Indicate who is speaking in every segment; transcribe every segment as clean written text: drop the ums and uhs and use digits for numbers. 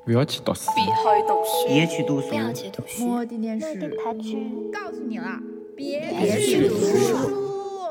Speaker 1: 不要去读书，
Speaker 2: 别去读书，
Speaker 3: 摩的电视
Speaker 4: 告诉你了，别
Speaker 3: 去读书。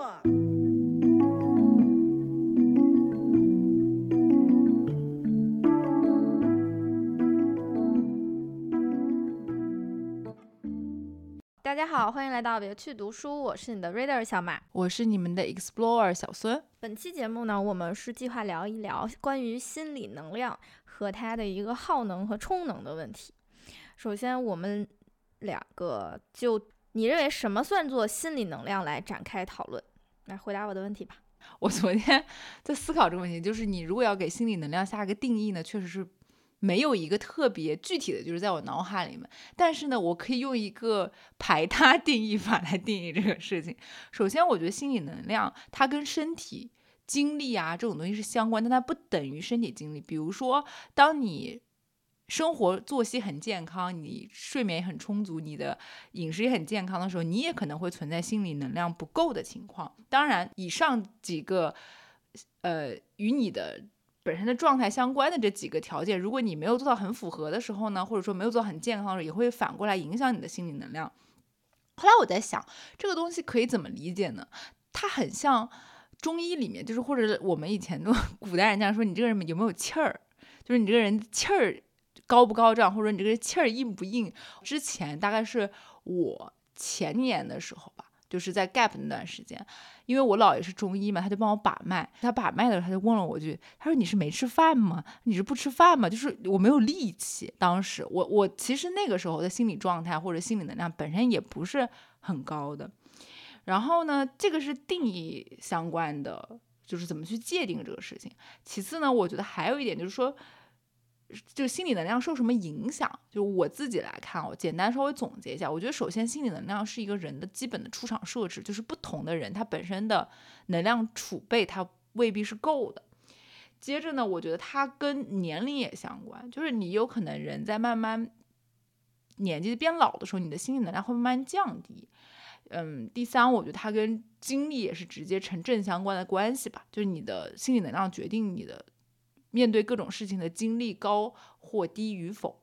Speaker 4: 大家好，欢迎来到别去读书，我是你的 Reader 小马，
Speaker 3: 我是你们的 Explorer 小孙。
Speaker 4: 本期节目呢，我们是计划聊一聊关于心理能量和它的一个耗能和充能的问题。首先我们两个就你认为什么算作心理能量来展开讨论，来回答我的问题吧。
Speaker 3: 我昨天在思考这个问题，就是你如果要给心理能量下个定义呢，确实是没有一个特别具体的，就是在我脑海里面。但是呢，我可以用一个排他定义法来定义这个事情。首先，我觉得心理能量它跟身体精力啊这种东西是相关，但它不等于身体精力。比如说，当你生活作息很健康，你睡眠也很充足，你的饮食也很健康的时候，你也可能会存在心理能量不够的情况。当然，以上几个与你的本身的状态相关的这几个条件，如果你没有做到很符合的时候呢，或者说没有做到很健康的时候，也会反过来影响你的心理能量。后来我在想，这个东西可以怎么理解呢？它很像中医里面，就是或者我们以前的古代人家说，你这个人有没有气儿，就是你这个人气儿高不高涨，或者你这个气儿硬不硬。之前大概是我前年的时候吧，就是在 gap 那段时间，因为我姥爷是中医嘛，他就帮我把脉。他把脉的时候，他就问了我句，他说你是没吃饭吗？你是不吃饭吗？就是我没有力气。当时我其实那个时候的心理状态或者心理能量本身也不是很高的。然后呢，这个是定义相关的，就是怎么去界定这个事情。其次呢，我觉得还有一点就是说，就心理能量受什么影响？就我自己来看，我简单稍微总结一下，我觉得首先心理能量是一个人的基本的出厂设置，就是不同的人他本身的能量储备他未必是够的。接着呢，我觉得它跟年龄也相关，就是你有可能人在慢慢年纪变老的时候，你的心理能量会慢慢降低。第三，我觉得它跟精力也是直接成正相关的关系吧，就是你的心理能量决定你的面对各种事情的精力高或低与否。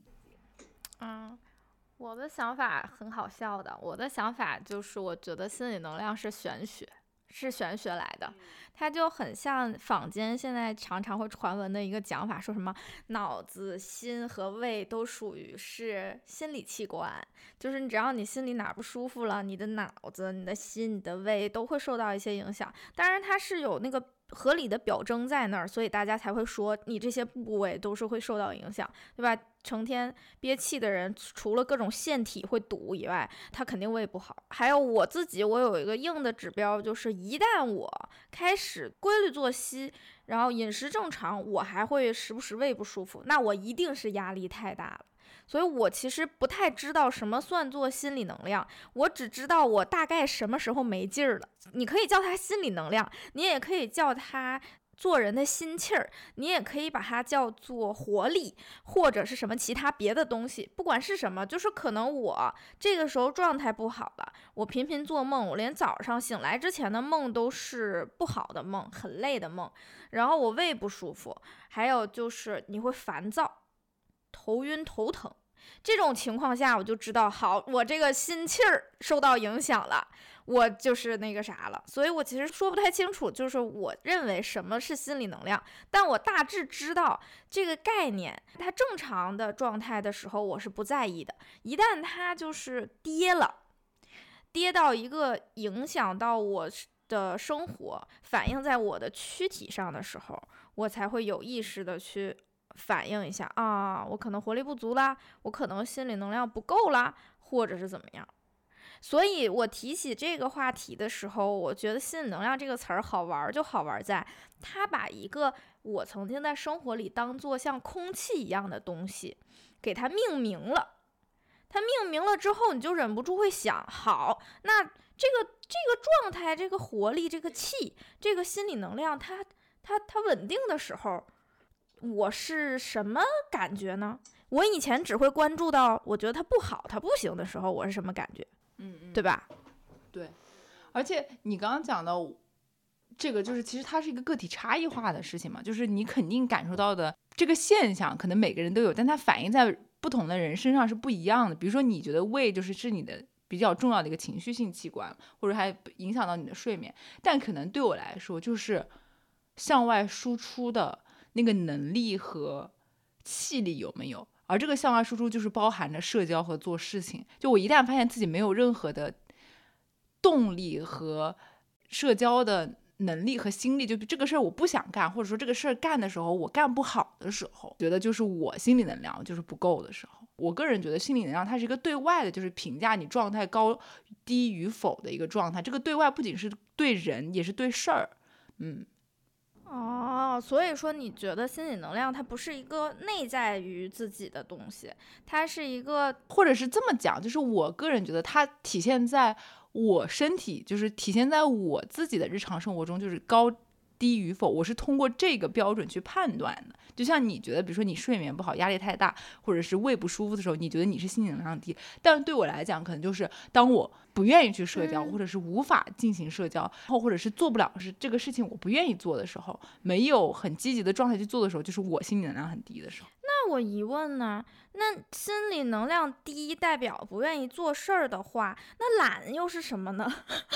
Speaker 4: 我的想法很好笑的，我的想法就是我觉得心理能量是玄学来的，它就很像坊间现在常常会传闻的一个讲法，说什么脑子、心和胃都属于是心理器官，就是你只要你心里哪不舒服了，你的脑子、你的心、你的胃都会受到一些影响。当然它是有那个合理的表征在那儿，所以大家才会说你这些部位都是会受到影响，对吧？成天憋气的人，除了各种腺体会堵以外，他肯定胃不好。还有我自己，我有一个硬的指标，就是一旦我开始规律作息，然后饮食正常，我还会时不时胃不舒服，那我一定是压力太大了。所以我其实不太知道什么算作心理能量，我只知道我大概什么时候没劲儿了。你可以叫它心理能量，你也可以叫它做人的心气儿，你也可以把它叫做活力，或者是什么其他别的东西，不管是什么，就是可能我这个时候状态不好了，我频频做梦，我连早上醒来之前的梦都是不好的梦，很累的梦，然后我胃不舒服，还有就是你会烦躁、头晕、头疼。这种情况下我就知道，好，我这个心气儿受到影响了，我就是那个啥了。所以我其实说不太清楚，就是我认为什么是心理能量，但我大致知道这个概念。它正常的状态的时候我是不在意的，一旦它就是跌到一个影响到我的生活，反映在我的躯体上的时候，我才会有意识的去反映一下啊，我可能活力不足啦，我可能心理能量不够啦，或者是怎么样。所以我提起这个话题的时候，我觉得心理能量这个词儿好玩，就好玩在它把一个我曾经在生活里当作像空气一样的东西给它命名了。它命名了之后，你就忍不住会想，好，那这个状态、这个活力、这个气、这个心理能量，它稳定的时候，我是什么感觉呢？我以前只会关注到我觉得它不好、它不行的时候，我是什么感觉？对吧？
Speaker 3: 对。而且你刚刚讲的， 这个就是其实它是一个个体差异化的事情嘛，就是你肯定感受到的这个现象可能每个人都有，但它反映在不同的人身上是不一样的。比如说你觉得胃是你的比较重要的一个情绪性器官，或者还影响到你的睡眠，但可能对我来说就是向外输出的那个能力和气力有没有，而这个向外输出就是包含着社交和做事情。就我一旦发现自己没有任何的动力和社交的能力和心力，就这个事儿我不想干，或者说这个事儿干的时候我干不好的时候，觉得就是我心理能量就是不够的时候。我个人觉得心理能量它是一个对外的，就是评价你状态高低与否的一个状态。这个对外不仅是对人，也是对事儿。
Speaker 4: 所以说你觉得心理能量它不是一个内在于自己的东西，它是一个，
Speaker 3: 或者是这么讲，就是我个人觉得它体现在我身体，就是体现在我自己的日常生活中，就是高低与否，我是通过这个标准去判断的。就像你觉得比如说你睡眠不好，压力太大，或者是胃不舒服的时候，你觉得你是心理能量低，但是对我来讲可能就是当我不愿意去社交，或者是无法进行社交，或者是做不了这个事情我不愿意做的时候，没有很积极的状态去做的时候，就是我心理能量很低的时候。
Speaker 4: 那我疑问呢，那心理能量低代表不愿意做事儿的话，那懒又是什么呢？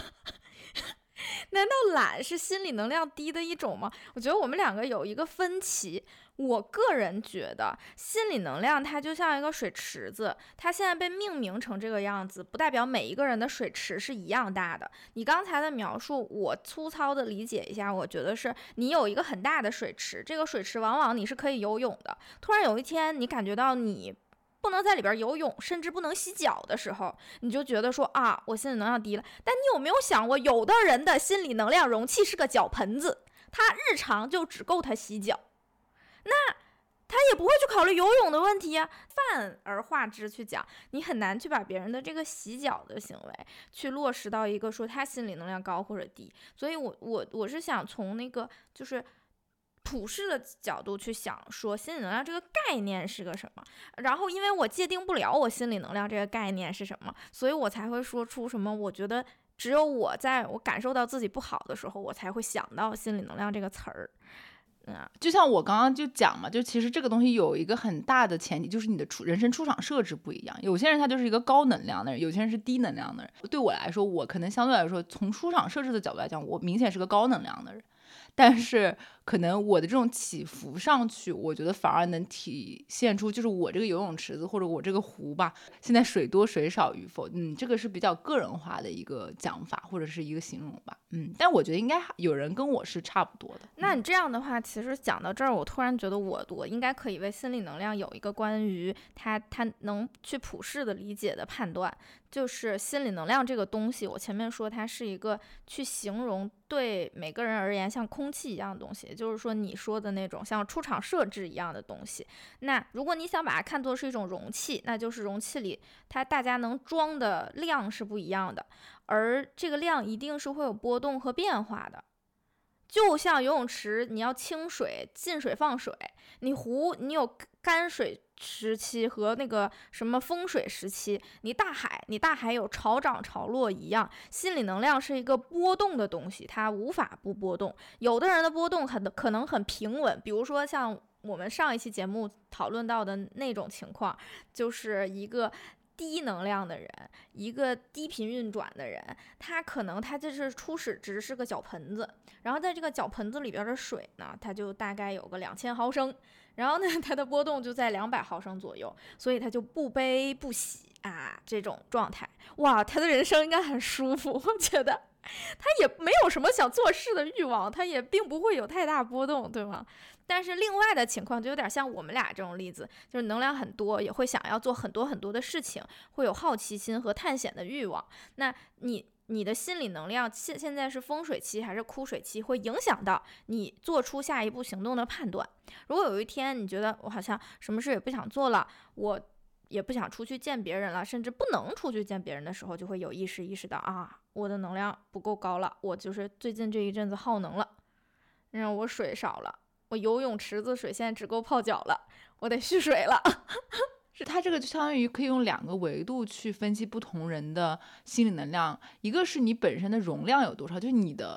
Speaker 4: 难道懒是心理能量低的一种吗？我觉得我们两个有一个分歧。我个人觉得心理能量它就像一个水池子，它现在被命名成这个样子，不代表每一个人的水池是一样大的。你刚才的描述我粗糙的理解一下，我觉得是你有一个很大的水池，这个水池往往你是可以游泳的，突然有一天你感觉到你不能在里边游泳，甚至不能洗脚的时候，你就觉得说啊，我心理能量低了。但你有没有想过，有的人的心理能量容器是个脚盆子，他日常就只够他洗脚，那他也不会去考虑游泳的问题啊。泛而化之去讲，你很难去把别人的这个洗脚的行为去落实到一个说他心理能量高或者低。所以我是想从那个就是普世的角度去想，说心理能量这个概念是个什么，然后因为我界定不了我心理能量这个概念是什么，所以我才会说出什么我觉得只有我在我感受到自己不好的时候，我才会想到心理能量这个词儿。
Speaker 3: 就像我刚刚就讲嘛，就其实这个东西有一个很大的前提，就是你的人生出场设置不一样。有些人他就是一个高能量的人，有些人是低能量的人。对我来说，我可能相对来说从出场设置的角度来讲，我明显是个高能量的人，但是可能我的这种起伏上去，我觉得反而能体现出就是我这个游泳池子或者我这个湖吧，现在水多水少与否，这个是比较个人化的一个讲法或者是一个形容吧，但我觉得应该有人跟我是差不多的。
Speaker 4: 那你这样的话，其实讲到这儿，我突然觉得我应该可以为心理能量有一个关于它能去普世的理解的判断，就是心理能量这个东西，我前面说它是一个去形容对每个人而言像空气一样的东西，也就是说你说的那种像出厂设置一样的东西。那如果你想把它看作是一种容器，那就是容器里它大家能装的量是不一样的，而这个量一定是会有波动和变化的。就像游泳池，你要清水进水放水，你湖你有干水时期和那个什么风水时期，你大海有潮涨潮落一样，心理能量是一个波动的东西，它无法不波动。有的人的波动可能很平稳，比如说像我们上一期节目讨论到的那种情况，就是一个低能量的人，一个低频运转的人，他可能他就是初始值是个脚盆子，然后在这个脚盆子里边的水呢，它就大概有个2000毫升，然后呢它的波动就在200毫升左右，所以它就不悲不喜啊这种状态。哇，他的人生应该很舒服，我觉得他也没有什么想做事的欲望，他也并不会有太大波动，对吗？但是另外的情况就有点像我们俩这种例子，就是能量很多，也会想要做很多很多的事情，会有好奇心和探险的欲望。那你的心理能量现在是风水期还是枯水期，会影响到你做出下一步行动的判断。如果有一天你觉得我好像什么事也不想做了，我也不想出去见别人了，甚至不能出去见别人的时候，就会有意识到啊，我的能量不够高了，我就是最近这一阵子耗能了，让我水少了，我游泳池子水现在只够泡脚了，我得蓄水了。
Speaker 3: 是它这个就相当于可以用2个维度去分析不同人的心理能量，一个是你本身的容量有多少，就是你的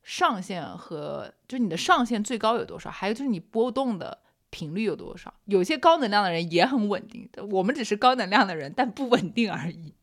Speaker 3: 上限和就是你的上限最高有多少，还有就是你波动的频率有多少。有些高能量的人也很稳定，我们只是高能量的人，但不稳定而已。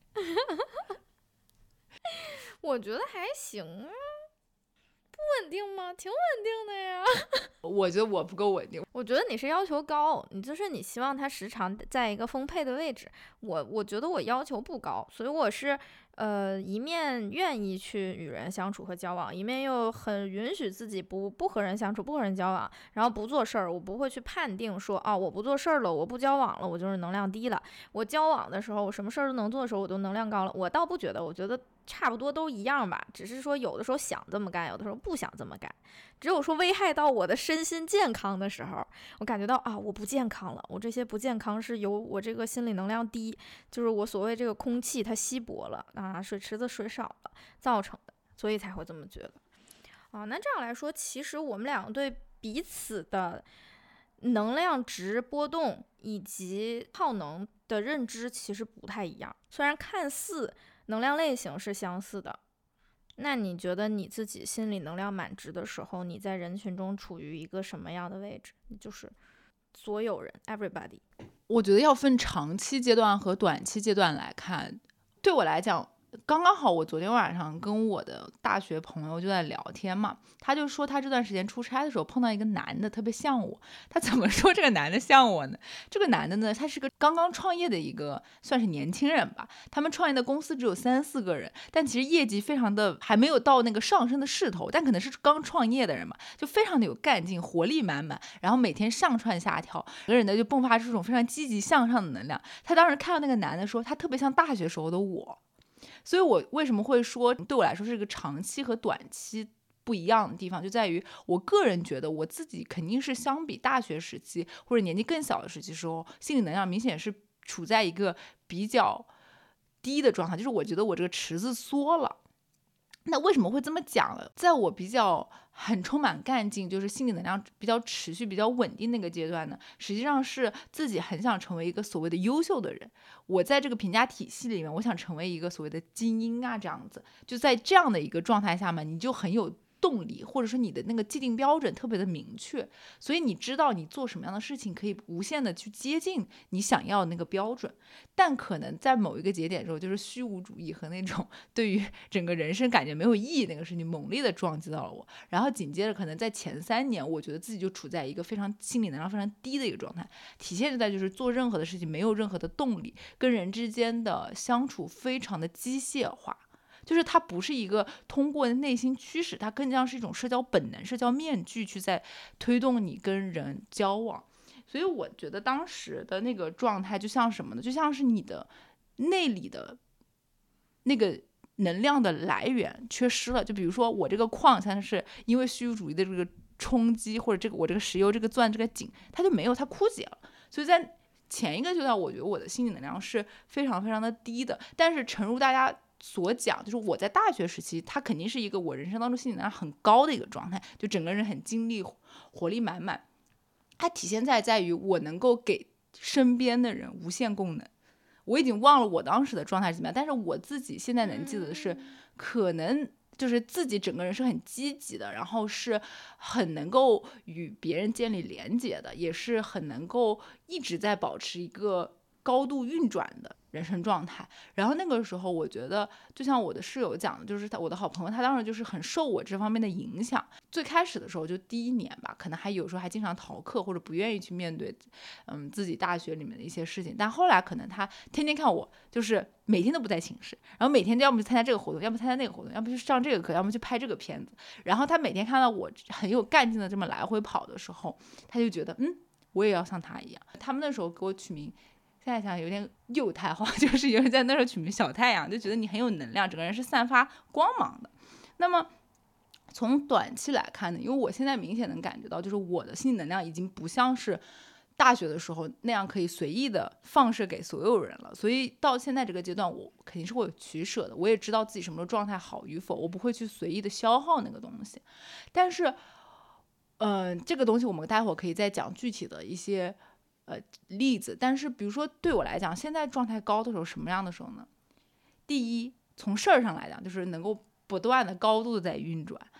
Speaker 4: 我觉得还行啊，不稳定吗？挺稳定的呀。
Speaker 3: 我觉得我不够稳定。
Speaker 4: 我觉得你是要求高，你就是你希望它时常在一个丰沛的位置。我觉得我要求不高，所以我是一面愿意去与人相处和交往，一面又很允许自己不和人相处，不和人交往，然后不做事儿。我不会去判定说我不做事儿了，我不交往了，我就是能量低了。我交往的时候，我什么事儿都能做的时候，我都能量高了。我倒不觉得，我觉得差不多都一样吧，只是说有的时候想这么干，有的时候不想这么干。只有说危害到我的身心健康的时候，我感觉到我不健康了，我这些不健康是由我这个心理能量低，就是我所谓这个空气它稀薄了水池子水少了造成的，所以才会这么觉得那这样来说，其实我们两个对彼此的能量值波动以及耗能的认知其实不太一样，虽然看似能量类型是相似的。那你觉得你自己心理能量满值的时候，你在人群中处于一个什么样的位置？就是所有人 everybody。
Speaker 3: 我觉得要分长期阶段和短期阶段来看。对我来讲，刚刚好我昨天晚上跟我的大学朋友就在聊天嘛，他就说他这段时间出差的时候碰到一个男的特别像我。他怎么说这个男的像我呢？这个男的呢，他是个刚刚创业的一个算是年轻人吧，他们创业的公司只有3-4个人，但其实业绩非常的还没有到那个上升的势头，但可能是刚创业的人嘛，就非常的有干劲，活力满满，然后每天上蹿下跳，整个人呢就迸发出这种非常积极向上的能量。他当时看到那个男的说他特别像大学时候的我。所以我为什么会说对我来说是个长期和短期不一样的地方，就在于我个人觉得我自己肯定是相比大学时期或者年纪更小的时期时候，心理能量明显是处在一个比较低的状态，就是我觉得我这个池子缩了。那为什么会这么讲呢？在我比较很充满干劲，就是心理能量比较持续比较稳定那个阶段呢，实际上是自己很想成为一个所谓的优秀的人。我在这个评价体系里面，我想成为一个所谓的精英这样子。就在这样的一个状态下嘛，你就很有动力，或者说你的那个既定标准特别的明确，所以你知道你做什么样的事情可以无限的去接近你想要的那个标准。但可能在某一个节点的时候，就是虚无主义和那种对于整个人生感觉没有意义那个事情猛烈的撞击到了我，然后紧接着可能在前3年，我觉得自己就处在一个非常心理能量非常低的一个状态，体现在就是做任何的事情没有任何的动力，跟人之间的相处非常的机械化。就是它不是一个通过内心驱使，它更像是一种社交本能、社交面具去在推动你跟人交往。所以我觉得当时的那个状态就像什么呢？就像是你的内里的那个能量的来源缺失了。就比如说我这个矿现在是因为虚无主义的这个冲击，或者我这个石油、这个钻、这个井，它就没有，它枯竭了。所以在前一个阶段，我觉得我的心理能量是非常非常的低的。但是诚如大家所讲，就是我在大学时期，它肯定是一个我人生当中心理能量很高的一个状态，就整个人很精力活力满满。它体现在于我能够给身边的人无限供能。我已经忘了我当时的状态是怎么样，但是我自己现在能记得的是，可能就是自己整个人是很积极的，然后是很能够与别人建立连接的，也是很能够一直在保持一个高度运转的人生状态。然后那个时候我觉得就像我的室友讲的，就是我的好朋友他当时就是很受我这方面的影响。最开始的时候就第1年吧，可能还有时候还经常逃课或者不愿意去面对自己大学里面的一些事情。但后来可能他天天看我，就是每天都不在寝室，然后每天要么去参加这个活动，要么参加那个活动，要么去上这个课，要么去拍这个片子。然后他每天看到我很有干劲的这么来回跑的时候，他就觉得我也要像他一样。他们那时候给我取名，现在想有点幼态化，就是有人在那时候取名小太阳，就觉得你很有能量，整个人是散发光芒的。那么从短期来看呢，因为我现在明显能感觉到，就是我的心理能量已经不像是大学的时候那样可以随意的放射给所有人了，所以到现在这个阶段，我肯定是会有取舍的。我也知道自己什么时候状态好与否，我不会去随意的消耗那个东西。但是这个东西我们待会儿可以再讲具体的一些例子。但是比如说对我来讲，现在状态高的时候什么样的时候呢？第一，从事儿上来讲，就是能够不断的高度的在运转。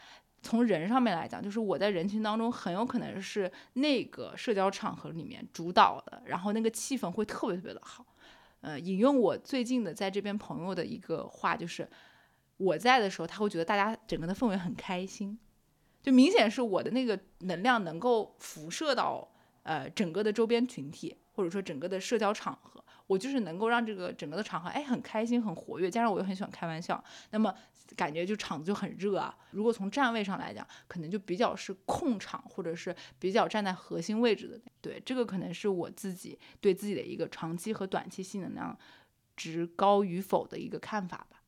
Speaker 3: 从人上面来讲，就是我在人群当中很有可能是那个社交场合里面主导的，然后那个气氛会特别特别的好。引用我最近的在这边朋友的一个话，就是我在的时候，他会觉得大家整个的氛围很开心，就明显是我的那个能量能够辐射到整个的周边群体，或者说整个的社交场合，我就是能够让这个整个的场合很开心很活跃，加上我又很喜欢开玩笑，那么感觉就场子就很热啊。如果从站位上来讲，可能就比较是控场，或者是比较站在核心位置的。对，这个可能是我自己对自己的一个长期和短期性能量值高与否的一个看法吧。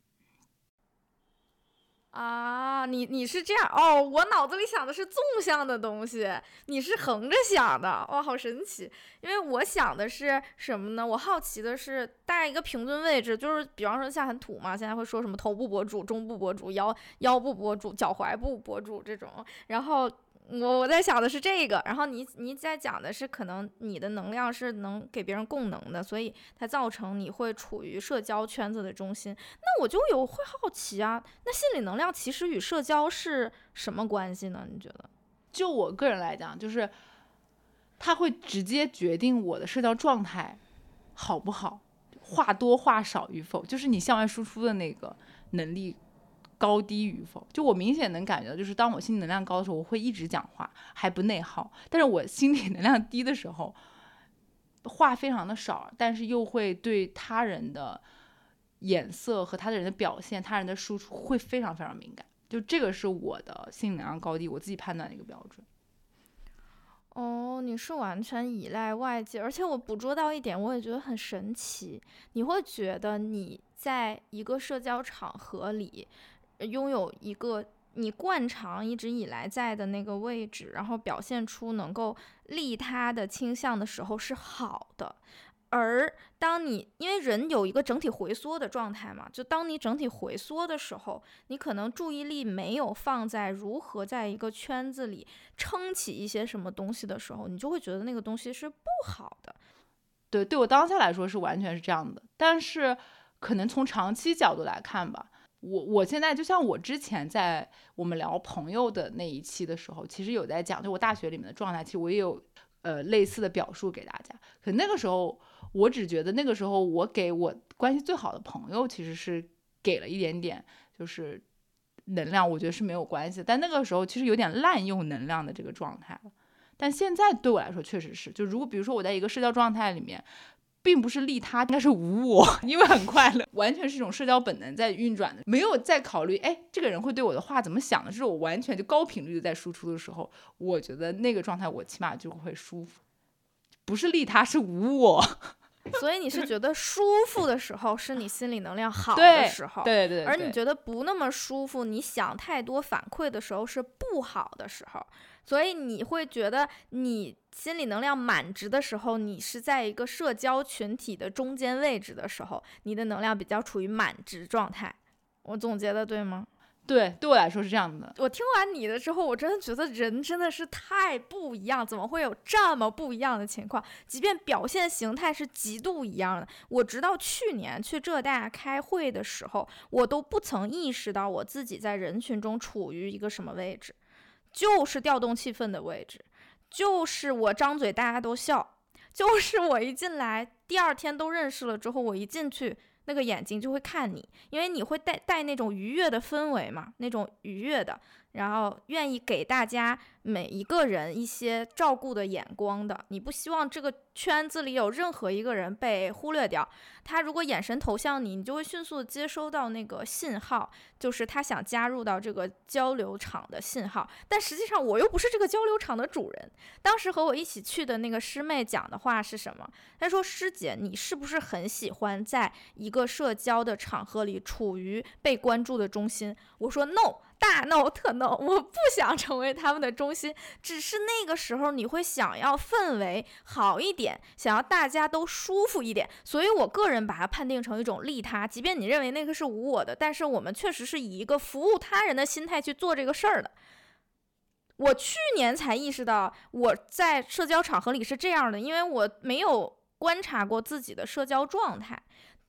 Speaker 4: 啊，你是这样哦，我脑子里想的是纵向的东西，你是横着想的，哇，好神奇！因为我想的是什么呢？我好奇的是大概一个平均位置，就是比方说现在很土嘛，现在会说什么头部博主、中部博主、腰部博主、脚踝部博主这种，然后我在想的是这个，然后你在讲的是可能你的能量是能给别人供能的，所以它造成你会处于社交圈子的中心。那我就会好奇啊，那心理能量其实与社交是什么关系呢？你觉得？
Speaker 3: 就我个人来讲，就是它会直接决定我的社交状态好不好，话多话少与否，就是你向外输出的那个能力高低与否。就我明显能感觉到，就是当我心理能量高的时候，我会一直讲话，还不内耗；但是我心理能量低的时候，话非常的少，但是又会对他人的眼色和他人的表现、他人的输出会非常非常敏感。就这个是我的心理能量高低，我自己判断的一个标准。
Speaker 4: 哦，你是完全依赖外界，而且我捕捉到一点，我也觉得很神奇。你会觉得你在一个社交场合里拥有一个你惯常一直以来在的那个位置，然后表现出能够利他的倾向的时候是好的。而当你因为人有一个整体回缩的状态嘛，就当你整体回缩的时候，你可能注意力没有放在如何在一个圈子里撑起一些什么东西的时候，你就会觉得那个东西是不好的。
Speaker 3: 对我当下来说是完全是这样的，但是可能从长期角度来看吧，我现在就像我之前在我们聊朋友的那一期的时候，其实有在讲，就我大学里面的状态，其实我也有类似的表述给大家。可那个时候我只觉得那个时候我给我关系最好的朋友其实是给了一点点就是能量，我觉得是没有关系，但那个时候其实有点滥用能量的这个状态了。但现在对我来说确实是，就如果比如说我在一个社交状态里面，并不是利他，应该是无我，因为很快乐，完全是一种社交本能在运转的，没有在考虑这个人会对我的话怎么想的，这是我完全就高频率的在输出的时候，我觉得那个状态我起码就会舒服，不是利他，是无我。
Speaker 4: 所以你是觉得舒服的时候是你心理能量好的时候，
Speaker 3: 对，
Speaker 4: 而你觉得不那么舒服，你想太多反馈的时候是不好的时候。所以你会觉得你心理能量满值的时候，你是在一个社交群体的中间位置的时候，你的能量比较处于满值状态。我总结的对吗？
Speaker 3: 对我来说是这样的。
Speaker 4: 我听完你的之后，我真的觉得人真的是太不一样，怎么会有这么不一样的情况？即便表现形态是极度一样的，我直到去年去浙大开会的时候，我都不曾意识到我自己在人群中处于一个什么位置，就是调动气氛的位置，就是我张嘴大家都笑，就是我一进来第二天都认识了之后，我一进去那个眼睛就会看你，因为你会带那种愉悦的氛围嘛，那种愉悦的，然后愿意给大家每一个人一些照顾的眼光的，你不希望这个圈子里有任何一个人被忽略掉。他如果眼神投向你，你就会迅速的接收到那个信号，就是他想加入到这个交流场的信号。但实际上我又不是这个交流场的主人。当时和我一起去的那个师妹讲的话是什么？她说：师姐，你是不是很喜欢在一个社交的场合里处于被关注的中心？我说 no， 大 no 特 no， 我不想成为他们的中心，只是那个时候你会想要氛围好一点，想要大家都舒服一点，所以我个人把它判定成一种利他，即便你认为那个是无我的，但是我们确实是以一个服务他人的心态去做这个事儿的。我去年才意识到我在社交场合里是这样的，因为我没有观察过自己的社交状态。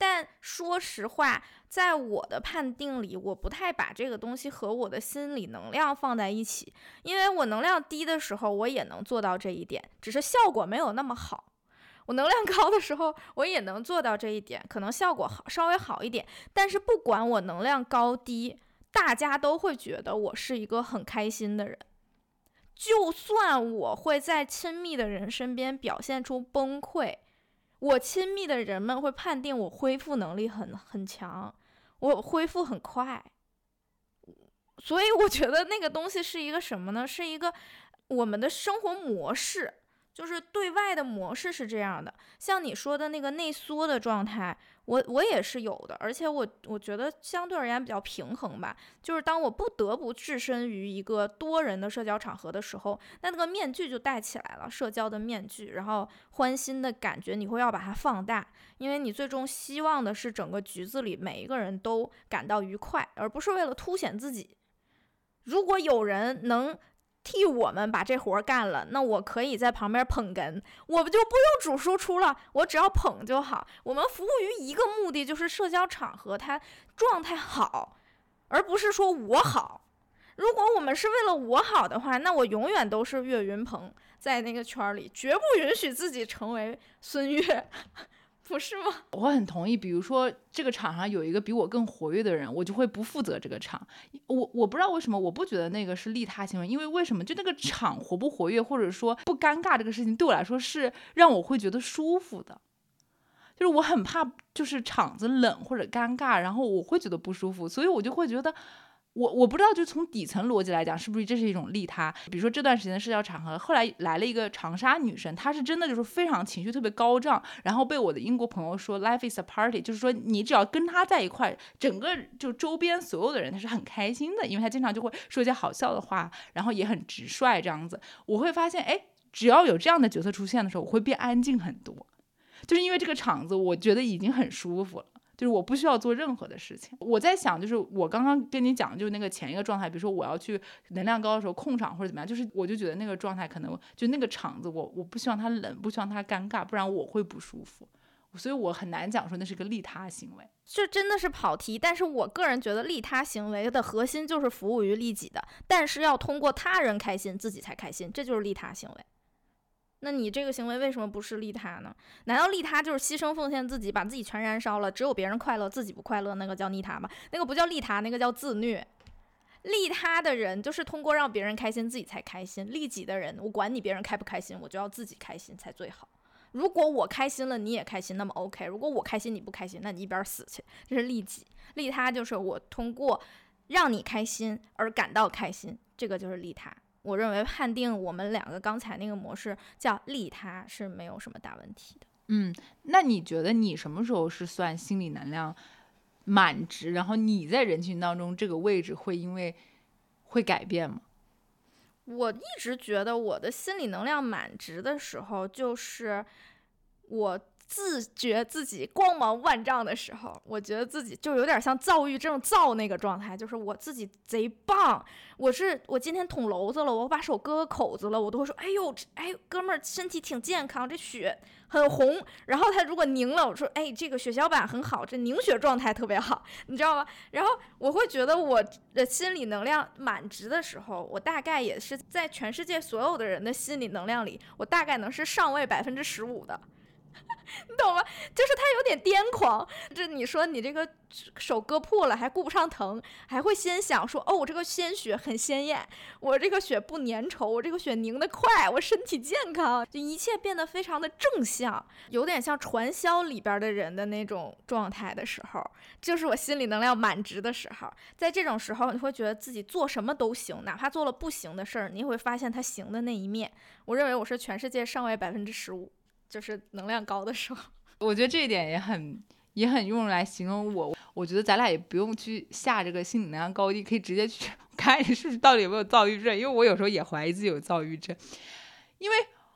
Speaker 4: 但说实话，在我的判定里，我不太把这个东西和我的心理能量放在一起，因为我能量低的时候，我也能做到这一点，只是效果没有那么好。我能量高的时候，我也能做到这一点，可能效果稍微好一点。但是不管我能量高低，大家都会觉得我是一个很开心的人。就算我会在亲密的人身边表现出崩溃，我亲密的人们会判定我恢复能力很强，我恢复很快。所以我觉得那个东西是一个什么呢？是一个我们的生活模式，就是对外的模式是这样的。像你说的那个内缩的状态，我也是有的，而且我觉得相对而言比较平衡吧。就是当我不得不置身于一个多人的社交场合的时候，那个面具就戴起来了，社交的面具，然后欢欣的感觉你会要把它放大，因为你最终希望的是整个局子里每一个人都感到愉快，而不是为了凸显自己。如果有人能替我们把这活干了，那我可以在旁边捧哏，我就不用主输出了，我只要捧就好。我们服务于一个目的，就是社交场合它状态好，而不是说我好。如果我们是为了我好的话，那我永远都是岳云鹏在那个圈里，绝不允许自己成为孙越。不是吗？
Speaker 3: 我很同意。比如说这个场上有一个比我更活跃的人，我就会不负责这个场。我不知道为什么，我不觉得那个是利他行为，因为为什么？就那个场活不活跃，或者说不尴尬，这个事情对我来说是让我会觉得舒服的。就是我很怕就是场子冷或者尴尬，然后我会觉得不舒服，所以我就会觉得。我不知道，就从底层逻辑来讲，是不是这是一种利他？比如说这段时间的社交场合，后来来了一个长沙女生，她是真的就是非常情绪特别高涨，然后被我的英国朋友说 life is a party， 就是说你只要跟她在一块，整个就周边所有的人她是很开心的，因为她经常就会说一些好笑的话，然后也很直率这样子。我会发现，哎，只要有这样的角色出现的时候，我会变安静很多，就是因为这个场子我觉得已经很舒服了。就是我不需要做任何的事情。我在想，就是我刚刚跟你讲，就是那个前一个状态，比如说我要去能量高的时候控场或者怎么样，就是我就觉得那个状态可能就那个场子我不希望它冷，不希望它尴尬，不然我会不舒服。所以我很难讲说那是个利他行为，
Speaker 4: 这真的是跑题。但是我个人觉得利他行为的核心就是服务于利己的，但是要通过他人开心自己才开心，这就是利他行为。那你这个行为为什么不是利他呢？难道利他就是牺牲奉献自己，把自己全燃烧了，只有别人快乐自己不快乐，那个叫利他吗？那个不叫利他，那个叫自虐。利他的人就是通过让别人开心自己才开心，利己的人我管你别人开不开心，我就要自己开心才最好。如果我开心了你也开心，那么 OK， 如果我开心你不开心，那你一边死去，这是利己。利他就是我通过让你开心而感到开心，这个就是利他。我认为判定我们两个刚才那个模式叫利他是没有什么大问题的。
Speaker 3: 那你觉得你什么时候是算心理能量满值，然后你在人群当中这个位置会改变吗？
Speaker 4: 我一直觉得我的心理能量满值的时候，就是我自觉自己光芒万丈的时候，我觉得自己就有点像躁郁症躁那个状态，就是我自己贼棒，我今天捅娄子了，我把手割口子了，我都会说哎呦哥们儿身体挺健康，这血很红，然后他如果凝了，我说哎这个血小板很好，这凝血状态特别好，你知道吗？然后我会觉得我的心理能量满值的时候，我大概也是在全世界所有的人的心理能量里，我大概能是上位15%的。你懂吗？就是他有点癫狂，这你说你这个手割破了还顾不上疼，还会先想说哦我这个鲜血很鲜艳，我这个血不粘稠，我这个血凝得快，我身体健康，就一切变得非常的正向，有点像传销里边的人的那种状态的时候，就是我心理能量满值的时候。在这种时候你会觉得自己做什么都行，哪怕做了不行的事儿，你会发现他行的那一面。我认为我是全世界上位15%，就是能量高的时候。
Speaker 3: 我觉得这一点也很用来形容我。我觉得咱俩也不用去下这个心理能量高低，可以直接去看你是不是到底有没有躁郁症，因为我有时候也怀疑自己有躁郁症。因为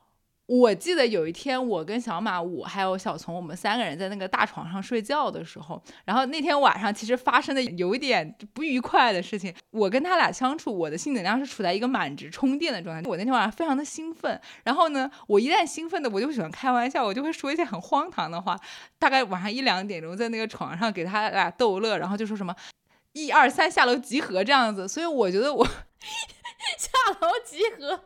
Speaker 3: 我记得有一天我跟小马我还有小丛我们3个人在那个大床上睡觉的时候，然后那天晚上其实发生的有一点不愉快的事情。我跟他俩相处，我的性能量是处在一个满值充电的状态。我那天晚上非常的兴奋，然后呢我一旦兴奋的我就喜欢开玩笑，我就会说一些很荒唐的话，大概晚上1、2点钟在那个床上给他俩逗乐，然后就说什么1、2、3下楼集合这样子。所以我觉得我
Speaker 4: 下楼集合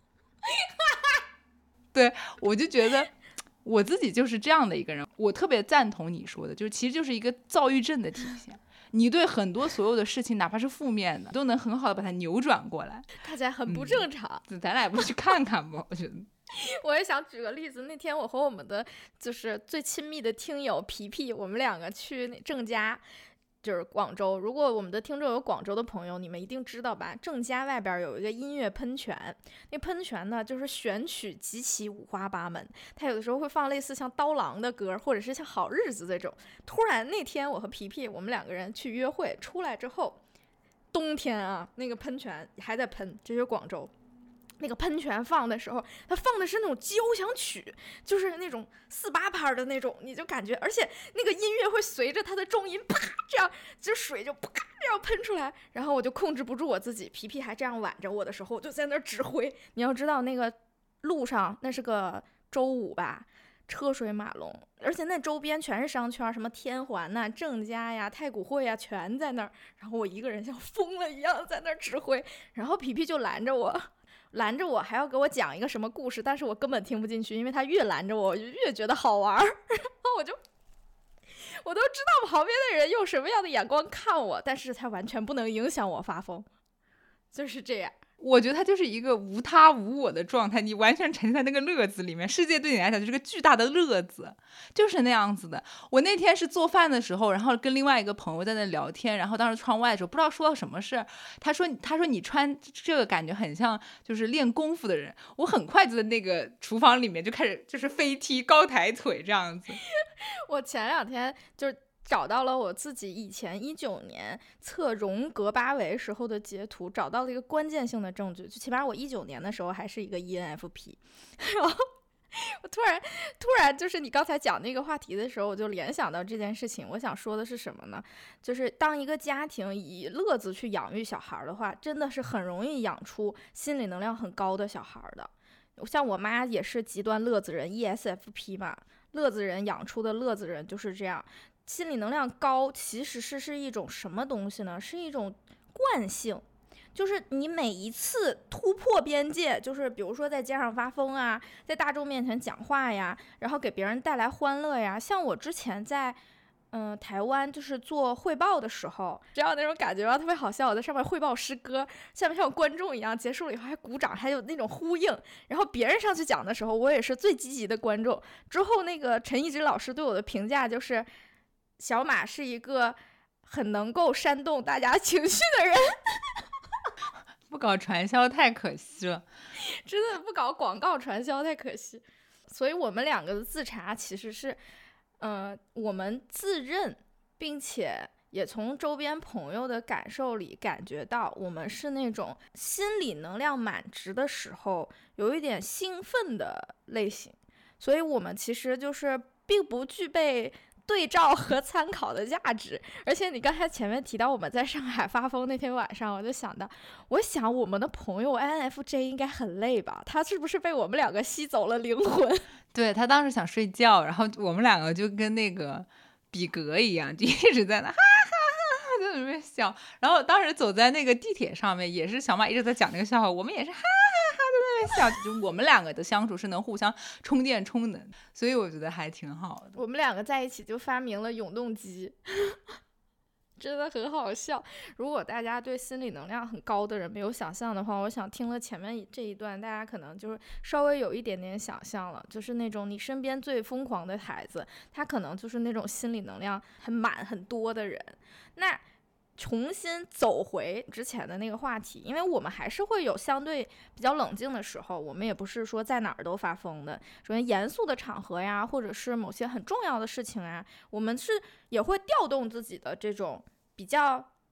Speaker 3: 对，我就觉得我自己就是这样的一个人。我特别赞同你说的，就是其实就是一个躁郁症的体现。你对很多所有的事情哪怕是负面的都能很好的把它扭转过来，
Speaker 4: 看起来很不正常。
Speaker 3: 咱俩也不去看看吧我觉得。
Speaker 4: 我也想举个例子，那天我和我们的就是最亲密的听友皮皮，我们2个去郑家，就是广州。如果我们的听众有广州的朋友，你们一定知道吧，郑家外边有一个音乐喷泉，那喷泉呢就是选曲极其五花八门，它有的时候会放类似像刀郎的歌，或者是像好日子这种。突然那天我和皮皮我们2个人去约会，出来之后冬天啊，那个喷泉还在喷，这是广州。那个喷泉放的时候，它放的是那种交响曲，就是那种4/8拍的那种，你就感觉，而且那个音乐会随着它的重音啪这样，就水就啪这样喷出来，然后我就控制不住我自己，皮皮还这样挽着我的时候，我就在那指挥。你要知道那个路上那是个周五吧，车水马龙，而且那周边全是商圈，什么天环呐、郑家呀、太古汇呀，全在那儿。然后我一个人像疯了一样在那儿指挥，然后皮皮就拦着我还要给我讲一个什么故事，但是我根本听不进去，因为他越拦着我，我就越觉得好玩。然后我都知道旁边的人用什么样的眼光看我，但是他完全不能影响我发疯，就是这样。
Speaker 3: 我觉得它就是一个无他无我的状态，你完全沉浸在那个乐子里面，世界对你来讲就是个巨大的乐子，就是那样子的。我那天是做饭的时候，然后跟另外一个朋友在那聊天，然后当时窗外的时候不知道说到什么事，他说你穿这个感觉很像就是练功夫的人。我很快就在那个厨房里面就开始就是飞踢高抬腿这样子。
Speaker 4: 我前2天就是找到了我自己以前19年测荣格巴维时候的截图，找到了一个关键性的证据，就起码我19年的时候还是一个 ENFP。 然后我突然就是你刚才讲那个话题的时候，我就联想到这件事情。我想说的是什么呢？就是当一个家庭以乐子去养育小孩的话，真的是很容易养出心理能量很高的小孩的。像我妈也是极端乐子人 ESFP 嘛，乐子人养出的乐子人就是这样。心理能量高其实是一种什么东西呢？是一种惯性，就是你每一次突破边界，就是比如说在街上发疯啊，在大众面前讲话呀，然后给别人带来欢乐呀。像我之前在台湾就是做汇报的时候，这样那种感觉特别好笑。我在上面汇报诗歌，下面像观众一样，结束了以后还鼓掌，还有那种呼应。然后别人上去讲的时候，我也是最积极的观众。之后那个陈一直老师对我的评价就是，小马是一个很能够煽动大家情绪的人。
Speaker 3: 不搞传销太可惜了，
Speaker 4: 真的不搞广告传销太可惜。所以我们2个的自查其实是我们自认，并且也从周边朋友的感受里感觉到，我们是那种心理能量满值的时候有一点兴奋的类型。所以我们其实就是并不具备对照和参考的价值。而且你刚才前面提到我们在上海发疯那天晚上，我就想到，我想我们的朋友 INFJ 应该很累吧，他是不是被我们2个吸走了灵魂？
Speaker 3: 对，他当时想睡觉，然后我们2个就跟那个比格一样，就一直在那哈哈哈就在那边笑。然后当时走在那个地铁上面，也是小马一直在讲那个笑话，我们也是哈哈哈在那边笑。就我们2个的相处是能互相充电充能，所以我觉得还挺好的。
Speaker 4: 我们2个在一起就发明了永动机。真的很好笑。如果大家对心理能量很高的人没有想象的话，我想听了前面这一段，大家可能就是稍微有一点点想象了，就是那种你身边最疯狂的孩子，他可能就是那种心理能量很满很多的人。那重新走回之前的那个话题，因为我们还是会有相对比较冷静的时候，我们也不是说在哪儿都发疯的。首先严肃的场合呀，或者是某些很重要的事情啊，我们是也会调动自己的这种比较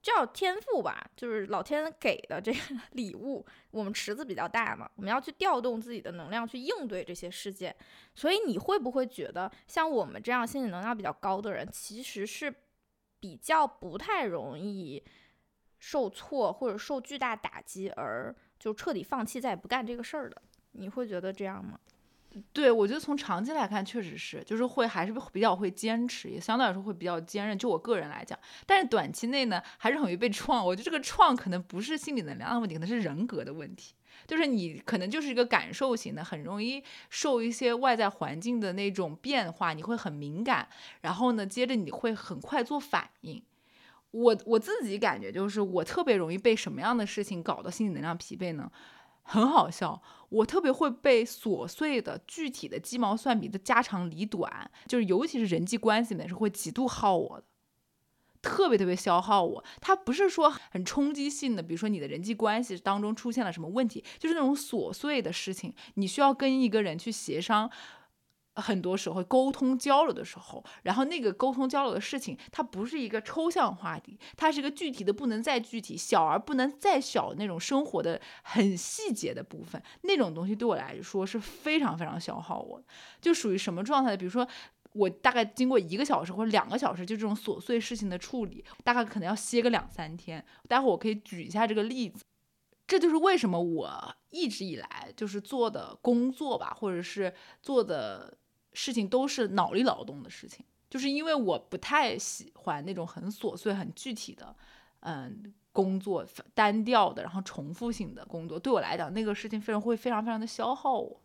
Speaker 4: 叫天赋吧，就是老天给的这个礼物。我们池子比较大嘛，我们要去调动自己的能量去应对这些事件。所以你会不会觉得，像我们这样心理能量比较高的人，其实是比较不太容易受挫或者受巨大打击，而就彻底放弃再也不干这个事儿的？你会觉得这样吗？
Speaker 3: 对，我觉得从长期来看，确实是，就是还是比较会坚持，也相对来说会比较坚韧。就我个人来讲，但是短期内呢，还是很容易被创。我觉得这个创可能不是心理能量的问题，可能是人格的问题。就是你可能就是一个感受型的，很容易受一些外在环境的那种变化，你会很敏感，然后呢，接着你会很快做反应。我自己感觉就是我特别容易被什么样的事情搞到心理能量疲惫呢？很好笑，我特别会被琐碎的、具体的鸡毛蒜皮的家长里短，就是尤其是人际关系里面是会极度耗我的，特别特别消耗我。它不是说很冲击性的，比如说你的人际关系当中出现了什么问题，就是那种琐碎的事情，你需要跟一个人去协商。很多时候沟通交流的时候，然后那个沟通交流的事情，它不是一个抽象话题，它是一个具体的不能再具体，小而不能再小的那种生活的很细节的部分，那种东西对我来说是非常非常消耗我的。就属于什么状态的？比如说我大概经过1个小时或者2个小时，就这种琐碎事情的处理，大概可能要歇个2-3天。待会儿我可以举一下这个例子。这就是为什么我一直以来就是做的工作吧，或者是做的事情都是脑力劳动的事情，就是因为我不太喜欢那种很琐碎、很具体的，工作单调的，然后重复性的工作，对我来讲，那个事情会非常非常的消耗我。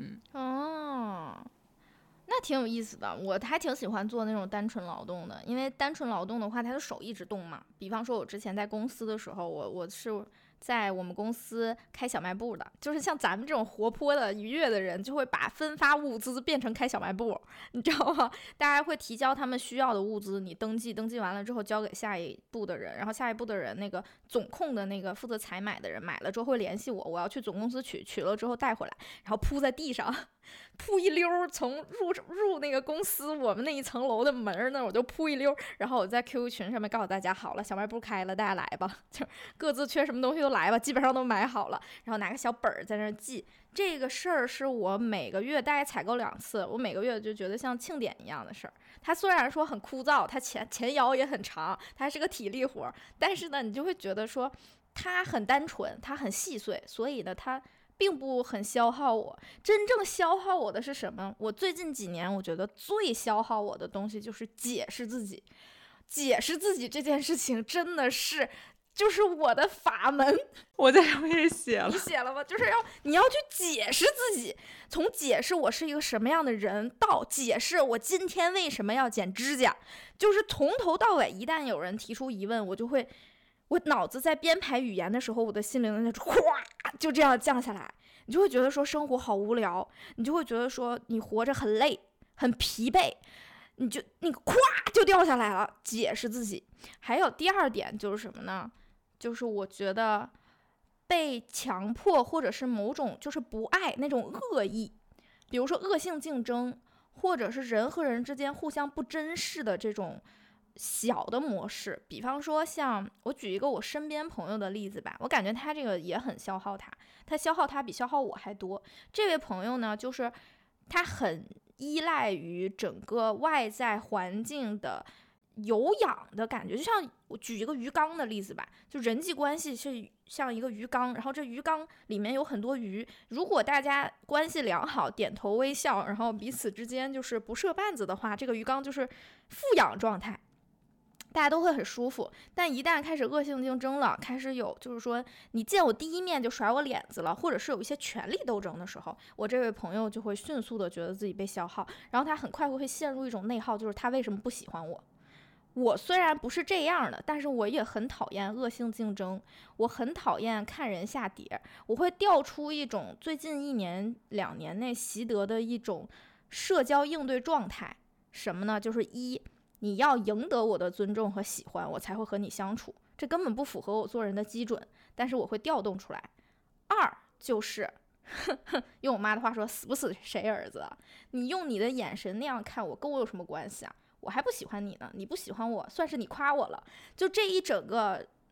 Speaker 4: 那挺有意思的，我还挺喜欢做那种单纯劳动的，因为单纯劳动的话，他的手一直动嘛。比方说，我之前在公司的时候，我是在我们公司开小卖部的，就是像咱们这种活泼的、愉悦的人，就会把分发物资变成开小卖部，你知道吗？大家会提交他们需要的物资，你登记完了之后交给下一步的人，然后下一步的人那个总控的那个负责采买的人买了之后会联系我，我要去总公司取了之后带回来，然后铺在地上。铺一溜，从入那个公司我们那一层楼的门那我就铺一溜，然后我在 QQ 群上面告诉大家，好了，小卖部开了，大家来吧，就各自缺什么东西都来吧，基本上都买好了，然后拿个小本在那记。这个事儿是我每个月大概采购2次，我每个月就觉得像庆典一样的事儿。它虽然说很枯燥，它前摇也很长，它是个体力活，但是呢，你就会觉得说它很单纯，它很细碎，所以呢，它并不很消耗我。真正消耗我的是什么？我最近几年我觉得最消耗我的东西就是解释自己。解释自己这件事情真的是就是我的法门。
Speaker 3: 我在上面也写了。
Speaker 4: 你写了吗？就是你要去解释自己，从解释我是一个什么样的人到解释我今天为什么要剪指甲，就是从头到尾，一旦有人提出疑问，我脑子在编排语言的时候，我的心灵就哗就这样降下来，你就会觉得说生活好无聊，你就会觉得说你活着很累很疲惫，你咵就掉下来了。解释自己。还有第二点就是什么呢？就是我觉得被强迫或者是某种就是不爱那种恶意，比如说恶性竞争，或者是人和人之间互相不珍视的这种小的模式。比方说像我举一个我身边朋友的例子吧，我感觉他这个也很消耗他消耗他比消耗我还多。这位朋友呢，就是他很依赖于整个外在环境的有氧的感觉，就像我举一个鱼缸的例子吧，就人际关系是像一个鱼缸，然后这鱼缸里面有很多鱼，如果大家关系良好，点头微笑，然后彼此之间就是不设绊子的话，这个鱼缸就是富氧状态，大家都会很舒服。但一旦开始恶性竞争了，开始有就是说你见我第一面就甩我脸子了，或者是有一些权力斗争的时候，我这位朋友就会迅速的觉得自己被消耗，然后他很快会陷入一种内耗，就是他为什么不喜欢我。我虽然不是这样的，但是我也很讨厌恶性竞争，我很讨厌看人下跌，我会调出一种最近1年2年内习得的一种社交应对状态。什么呢？就是一，你要赢得我的尊重和喜欢，我才会和你相处，这根本不符合我做人的基准，但是我会调动出来。二就是用我妈的话说，死不死谁儿子啊？你用你的眼神那样看我，跟我有什么关系啊？我还不喜欢你呢，你不喜欢我，算是你夸我了。就这一整个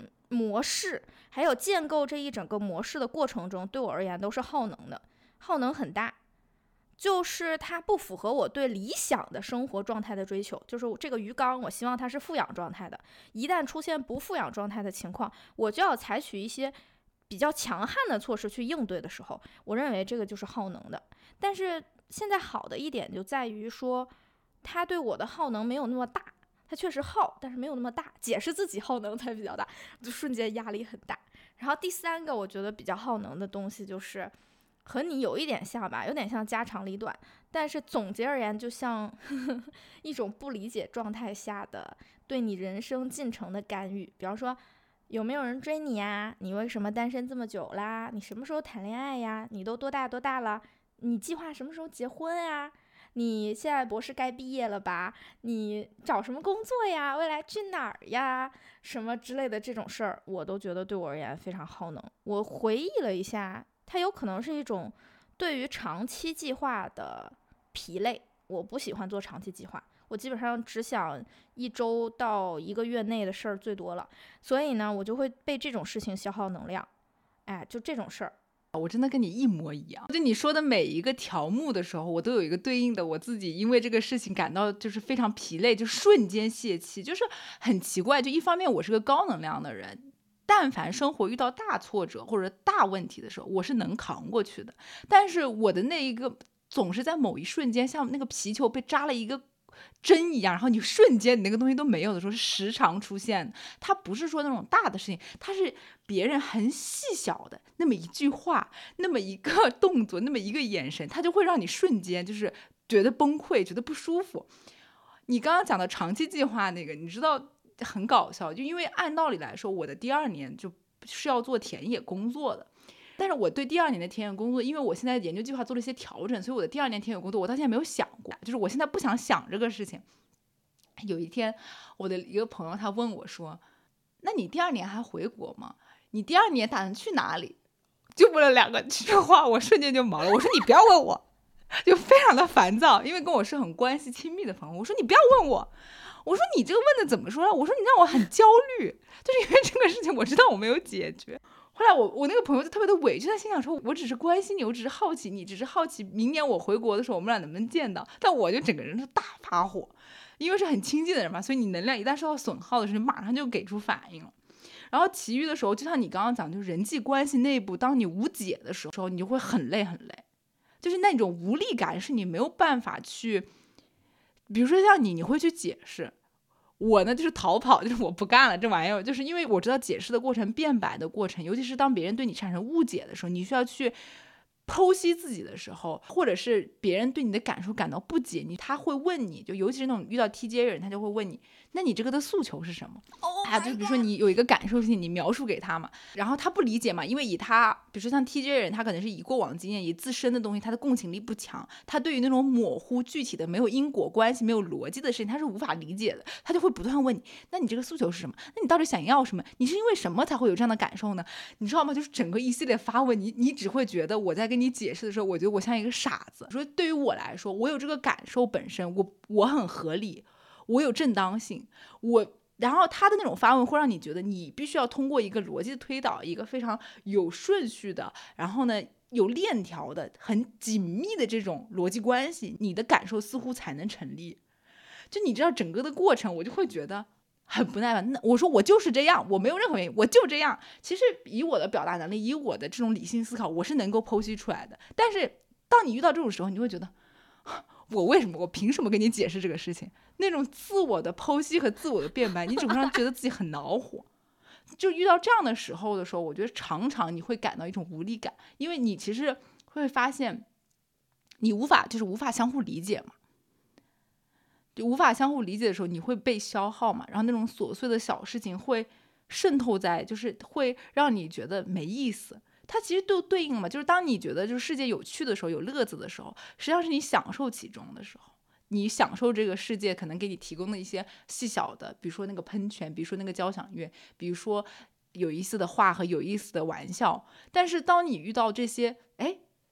Speaker 4: 模式，还有建构这一整个模式的过程中，对我而言都是耗能的，耗能很大。就是它不符合我对理想的生活状态的追求，就是这个鱼缸我希望它是富氧状态的，一旦出现不富氧状态的情况，我就要采取一些比较强悍的措施去应对的时候，我认为这个就是耗能的。但是现在好的一点就在于说，它对我的耗能没有那么大，它确实耗，但是没有那么大，解释自己耗能才比较大，就瞬间压力很大。然后第三个我觉得比较耗能的东西就是和你有一点像吧，有点像家长里短，但是总结而言就像一种不理解状态下的对你人生进程的干预。比方说有没有人追你呀？你为什么单身这么久啦？你什么时候谈恋爱呀？你都多大了？你计划什么时候结婚呀？你现在博士该毕业了吧？你找什么工作呀？未来去哪儿呀？什么之类的这种事儿，我都觉得对我而言非常耗能。我回忆了一下，它有可能是一种对于长期计划的疲累。我不喜欢做长期计划，我基本上只想1周到1个月内的事儿最多了，所以呢，我就会被这种事情消耗能量。哎，就这种事儿。
Speaker 3: 我真的跟你一模一样，就你说的每一个条目的时候，我都有一个对应的我自己因为这个事情感到就是非常疲累，就瞬间泄气，就是很奇怪。就一方面我是个高能量的人，但凡生活遇到大挫折或者大问题的时候，我是能扛过去的，但是我的那一个总是在某一瞬间像那个皮球被扎了一个针一样，然后你瞬间你那个东西都没有的时候，是时常出现的。它不是说那种大的事情，它是别人很细小的那么一句话，那么一个动作，那么一个眼神，它就会让你瞬间就是觉得崩溃，觉得不舒服。你刚刚讲的长期计划那个，你知道很搞笑，就因为按道理来说，我的第2年就是要做田野工作的。但是我对第2年的田野工作，因为我现在研究计划做了一些调整，所以我的第2年田野工作我到现在没有想过，就是我现在不想想这个事情。有一天我的一个朋友他问我说，那你第2年还回国吗？你第2年打算去哪里？就问了2个句话，我瞬间就毛了。我说你不要问我，就非常的烦躁，因为跟我是很关系亲密的朋友。我说你不要问我，我说你这个问的怎么说呢？我说你让我很焦虑，就是因为这个事情我知道我没有解决。后来我那个朋友就特别的委屈，他心想说，我只是关心你，我只是好奇你，只是好奇明年我回国的时候我们俩能不能见到。但我就整个人是大发火，因为是很亲近的人嘛，所以你能量一旦受到损耗的时候，你马上就给出反应了。然后其余的时候，就像你刚刚讲，就是人际关系内部，当你无解的时候，你就会很累很累，就是那种无力感是你没有办法去，比如说像你会去解释。我呢就是逃跑，就是我不干了这玩意儿，就是因为我知道解释的过程、辩白的过程，尤其是当别人对你产生误解的时候，你需要去剖析自己的时候，或者是别人对你的感受感到不解，他会问你，就尤其是那种遇到 TJ 人，他就会问你，那你这个的诉求是什么？就比如说你有一个感受性，你描述给他嘛，然后他不理解嘛，因为以他，比如说像 TJ 人，他可能是以过往经验、以自身的东西，他的共情力不强，他对于那种模糊、具体的、没有因果关系、没有逻辑的事情，他是无法理解的，他就会不断问你，那你这个诉求是什么？那你到底想要什么？你是因为什么才会有这样的感受呢？你知道吗？就是整个一系列发问，你只会觉得我在跟你解释的时候，我觉得我像一个傻子。说对于我来说，我有这个感受本身，我很合理，我有正当性，然后他的那种发问会让你觉得你必须要通过一个逻辑的推导，一个非常有顺序的，然后呢有链条的、很紧密的这种逻辑关系，你的感受似乎才能成立。就你知道整个的过程，我就会觉得很不耐烦。我说我就是这样，我没有任何原因，我就这样。其实以我的表达能力，以我的这种理性思考，我是能够剖析出来的。但是当你遇到这种时候，你会觉得我凭什么跟你解释这个事情？那种自我的剖析和自我的辩白，你只会让觉得自己很恼火。就遇到这样的时候，我觉得常常你会感到一种无力感，因为你其实会发现你无法相互理解嘛。就无法相互理解的时候，你会被消耗嘛，然后那种琐碎的小事情会渗透在，就是会让你觉得没意思。它其实都对应嘛，就是当你觉得就是世界有趣的时候，有乐子的时候，实际上是你享受其中的时候，你享受这个世界可能给你提供的一些细小的，比如说那个喷泉，比如说那个交响乐，比如说有意思的话和有意思的玩笑。但是当你遇到这些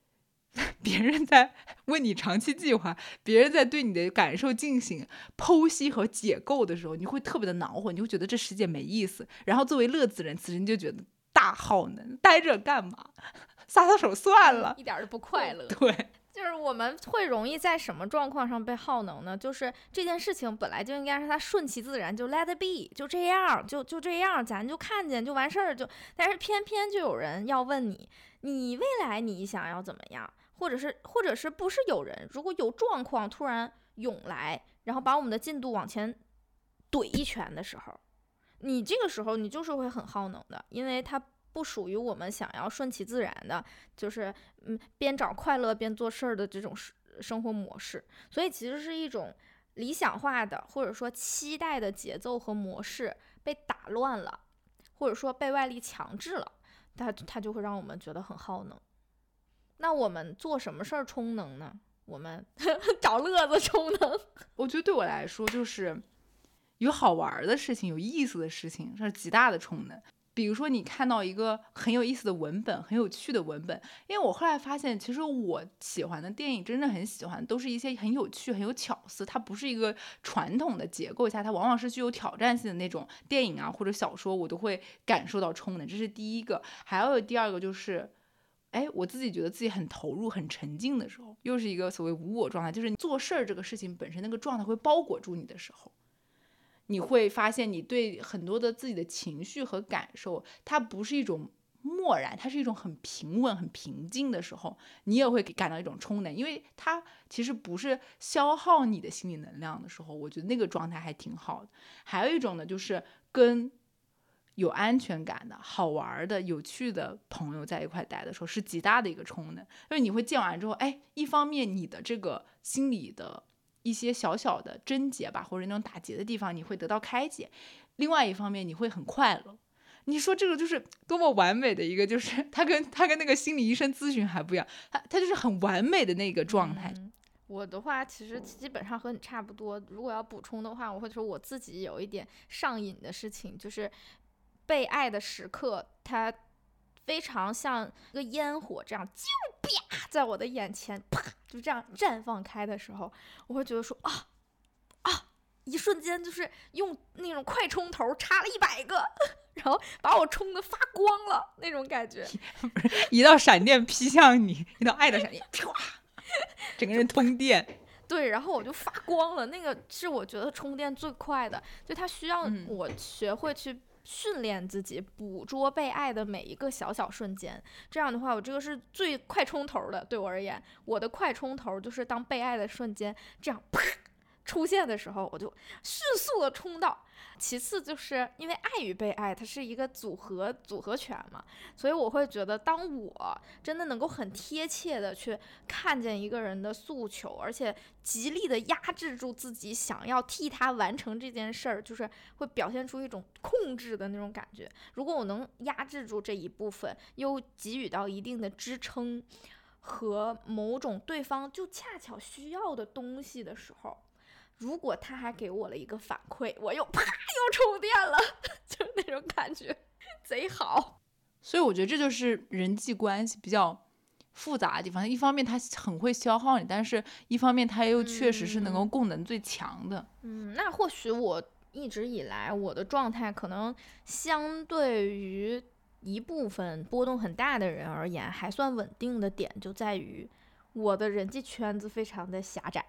Speaker 3: 别人在问你长期计划，别人在对你的感受进行剖析和解构的时候，你会特别的恼火，你会觉得这世界没意思。然后作为乐子人，此时你就觉得大耗能，待着干嘛？撒撒手算了，
Speaker 4: 一点都不快乐。
Speaker 3: 对。
Speaker 4: 就是我们会容易在什么状况上被耗能呢？就是这件事情本来就应该让它顺其自然，就 let it be， 就这样，就这样，咱就看见就完事儿，但是偏偏就有人要问你，你未来你想要怎么样？或者是不是有人，如果有状况突然涌来，然后把我们的进度往前怼一拳的时候，你这个时候你就是会很耗能的，因为它不属于我们想要顺其自然的，就是边找快乐边做事儿的这种生活模式。所以其实是一种理想化的或者说期待的节奏和模式被打乱了，或者说被外力强制了，它就会让我们觉得很耗能。那我们做什么事儿充能呢？我们找乐子充能。
Speaker 3: 我觉得对我来说，就是有好玩的事情，有意思的事情，这是极大的充能。比如说你看到一个很有意思的文本，很有趣的文本，因为我后来发现，其实我喜欢的电影，真正很喜欢都是一些很有趣很有巧思，它不是一个传统的结构下，它往往是具有挑战性的那种电影啊或者小说，我都会感受到充能，这是第一个。还有第二个就是我自己觉得自己很投入很沉浸的时候，又是一个所谓无我状态，就是你做事儿这个事情本身那个状态会包裹住你的时候，你会发现你对很多的自己的情绪和感受，它不是一种漠然，它是一种很平稳很平静的时候，你也会感到一种充能，因为它其实不是消耗你的心理能量的时候，我觉得那个状态还挺好的。还有一种呢，就是跟有安全感的好玩的有趣的朋友在一块待的时候，是极大的一个充能。因为你会见完之后，一方面你的这个心理的一些小小的症结吧，或者那种打结的地方你会得到开解，另外一方面你会很快乐。你说这个就是多么完美的一个，就是他跟那个心理医生咨询还不一样，他就是很完美的那个状态。
Speaker 4: 我的话其实基本上和你差不多，如果要补充的话，我会说我自己有一点上瘾的事情，就是被爱的时刻，它非常像一个烟火这样就啪在我的眼前啪就这样绽放开的时候，我会觉得说一瞬间就是用那种快充头插了100个，然后把我充的发光了那种感觉。
Speaker 3: 一道闪电劈向你，一道爱的闪电，啪，整个人通电。
Speaker 4: 对，然后我就发光了，那个是我觉得充电最快的，就它需要我学会去训练自己，捕捉被爱的每一个小小瞬间。这样的话，我这个是最快充头的，对我而言，我的快充头就是当被爱的瞬间这样啪出现的时候，我就迅速的冲到。其次就是因为爱与被爱它是一个组合拳嘛，所以我会觉得当我真的能够很贴切的去看见一个人的诉求，而且极力的压制住自己想要替他完成这件事儿，就是会表现出一种控制的那种感觉。如果我能压制住这一部分，又给予到一定的支撑和某种对方就恰巧需要的东西的时候，如果他还给我了一个反馈，我又啪又充电了，就是那种感觉，贼好。
Speaker 3: 所以我觉得这就是人际关系比较复杂的地方。一方面他很会消耗你，但是一方面他又确实是能够供能最强的。
Speaker 4: 那或许我一直以来我的状态可能相对于一部分波动很大的人而言还算稳定的点，就在于我的人际圈子非常的狭窄。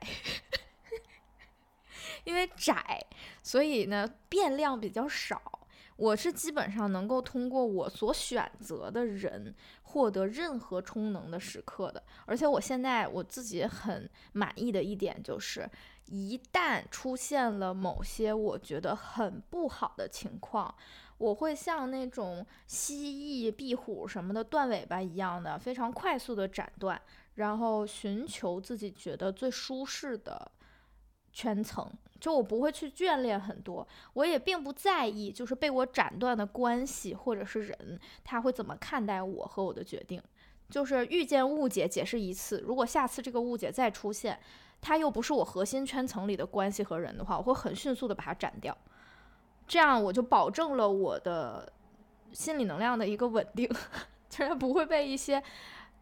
Speaker 4: 因为窄，所以呢变量比较少，我是基本上能够通过我所选择的人获得任何充能的时刻的。而且我现在我自己很满意的一点就是，一旦出现了某些我觉得很不好的情况，我会像那种蜥蜴、壁虎什么的断尾巴一样的非常快速的斩断，然后寻求自己觉得最舒适的圈层。就我不会去眷恋很多，我也并不在意就是被我斩断的关系或者是人他会怎么看待我和我的决定。就是遇见误解解释一次，如果下次这个误解再出现，它又不是我核心圈层里的关系和人的话，我会很迅速的把它斩掉，这样我就保证了我的心理能量的一个稳定，就是不会被一些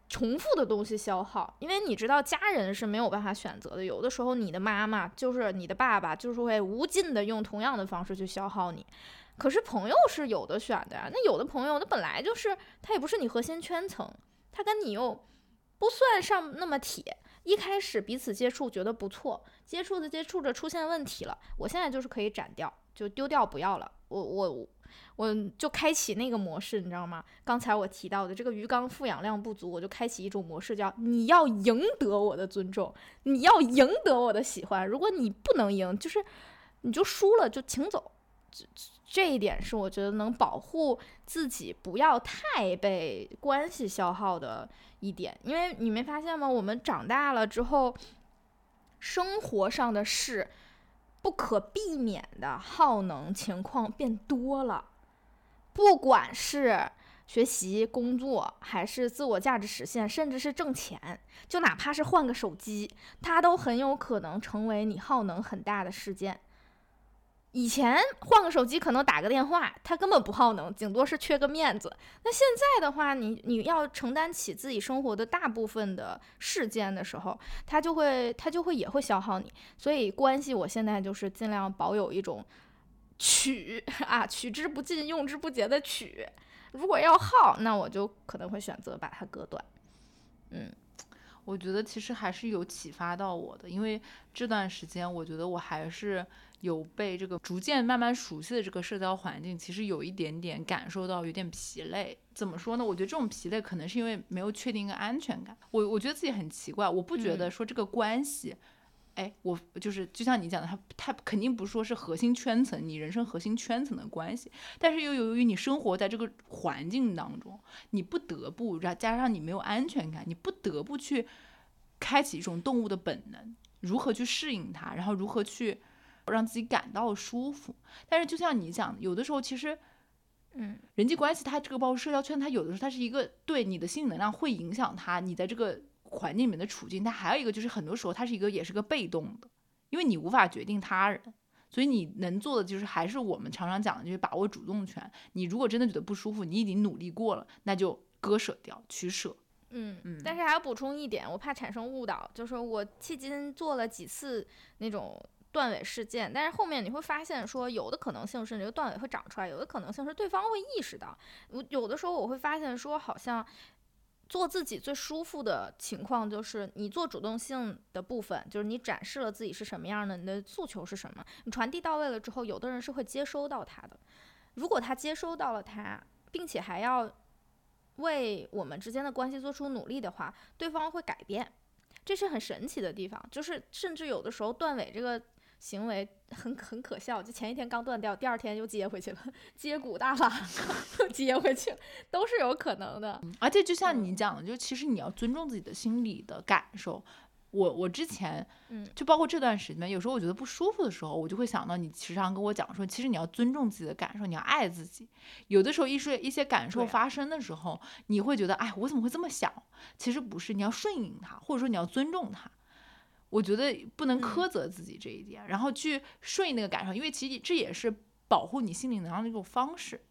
Speaker 4: 重复的东西消耗，因为你知道家人是没有办法选择的，有的时候你的妈妈就是你的爸爸，就是会无尽的用同样的方式去消耗你。可是朋友是有的选的呀，那有的朋友他本来就是他也不是你核心圈层，他跟你又不算上那么铁，一开始彼此接触觉得不错，接触着出现问题了，我现在就是可以斩掉，就丢掉不要了，我就开启那个模式，你知道吗？刚才我提到的这个鱼缸富氧量不足，我就开启一种模式，叫你要赢得我的尊重，你要赢得我的喜欢。如果你不能赢，就是你就输了，就请走。这一点是我觉得能保护自己不要太被关系消耗的一点。因为你没发现吗？我们长大了之后，生活上的事不可避免的耗能情况变多了，不管是学习、工作，还是自我价值实现，甚至是挣钱，就哪怕是换个手机，它都很有可能成为你耗能很大的事件。以前换个手机可能打个电话，它根本不耗能，顶多是缺个面子。那现在的话，你要承担起自己生活的大部分的事件的时候，它就会也会消耗你。所以关系我现在就是尽量保有一种取之不尽用之不竭的取。如果要耗，那我就可能会选择把它割断。
Speaker 3: 我觉得其实还是有启发到我的，因为这段时间我觉得我还是有被这个逐渐慢慢熟悉的这个社交环境，其实有一点点感受到有点疲累。怎么说呢？我觉得这种疲累可能是因为没有确定一个安全感。我觉得自己很奇怪，我不觉得说这个关系，我就是就像你讲的，它肯定不是说是核心圈层，你人生核心圈层的关系，但是又由于你生活在这个环境当中，你不得不加上你没有安全感，你不得不去开启一种动物的本能，如何去适应它，然后如何去让自己感到舒服。但是就像你讲的，有的时候其实人际关系它这个包括社交圈，它有的时候它是一个对你的心理能量会影响它你在这个环境里面的处境，它还有一个就是很多时候它是也是个被动的，因为你无法决定他人，所以你能做的就是还是我们常常讲的，就是把握主动权。你如果真的觉得不舒服，你已经努力过了，那就割舍掉，取舍。
Speaker 4: 但是还要补充一点，我怕产生误导，就是我迄今做了几次那种断尾事件，但是后面你会发现说有的可能性是这个断尾会长出来，有的可能性是对方会意识到。有的时候我会发现说好像做自己最舒服的情况就是你做主动性的部分，就是你展示了自己是什么样的，你的诉求是什么，你传递到位了之后，有的人是会接收到它的。如果他接收到了它，并且还要为我们之间的关系做出努力的话，对方会改变，这是很神奇的地方。就是甚至有的时候断尾这个行为很可笑，就前一天刚断掉，第二天又接回去了，接骨大法又接回去了，都是有可能的。
Speaker 3: 而且就像你讲的，就其实你要尊重自己的心理的感受。我之前就包括这段时间，有时候我觉得不舒服的时候，我就会想到你时常跟我讲说，其实你要尊重自己的感受，你要爱自己。有的时候一些感受发生的时候，你会觉得我怎么会这么想？其实不是，你要顺应它，或者说你要尊重它。我觉得不能苛责自己这一点，然后去顺应那个感受，因为其实这也是保护你心理能量的一种方式。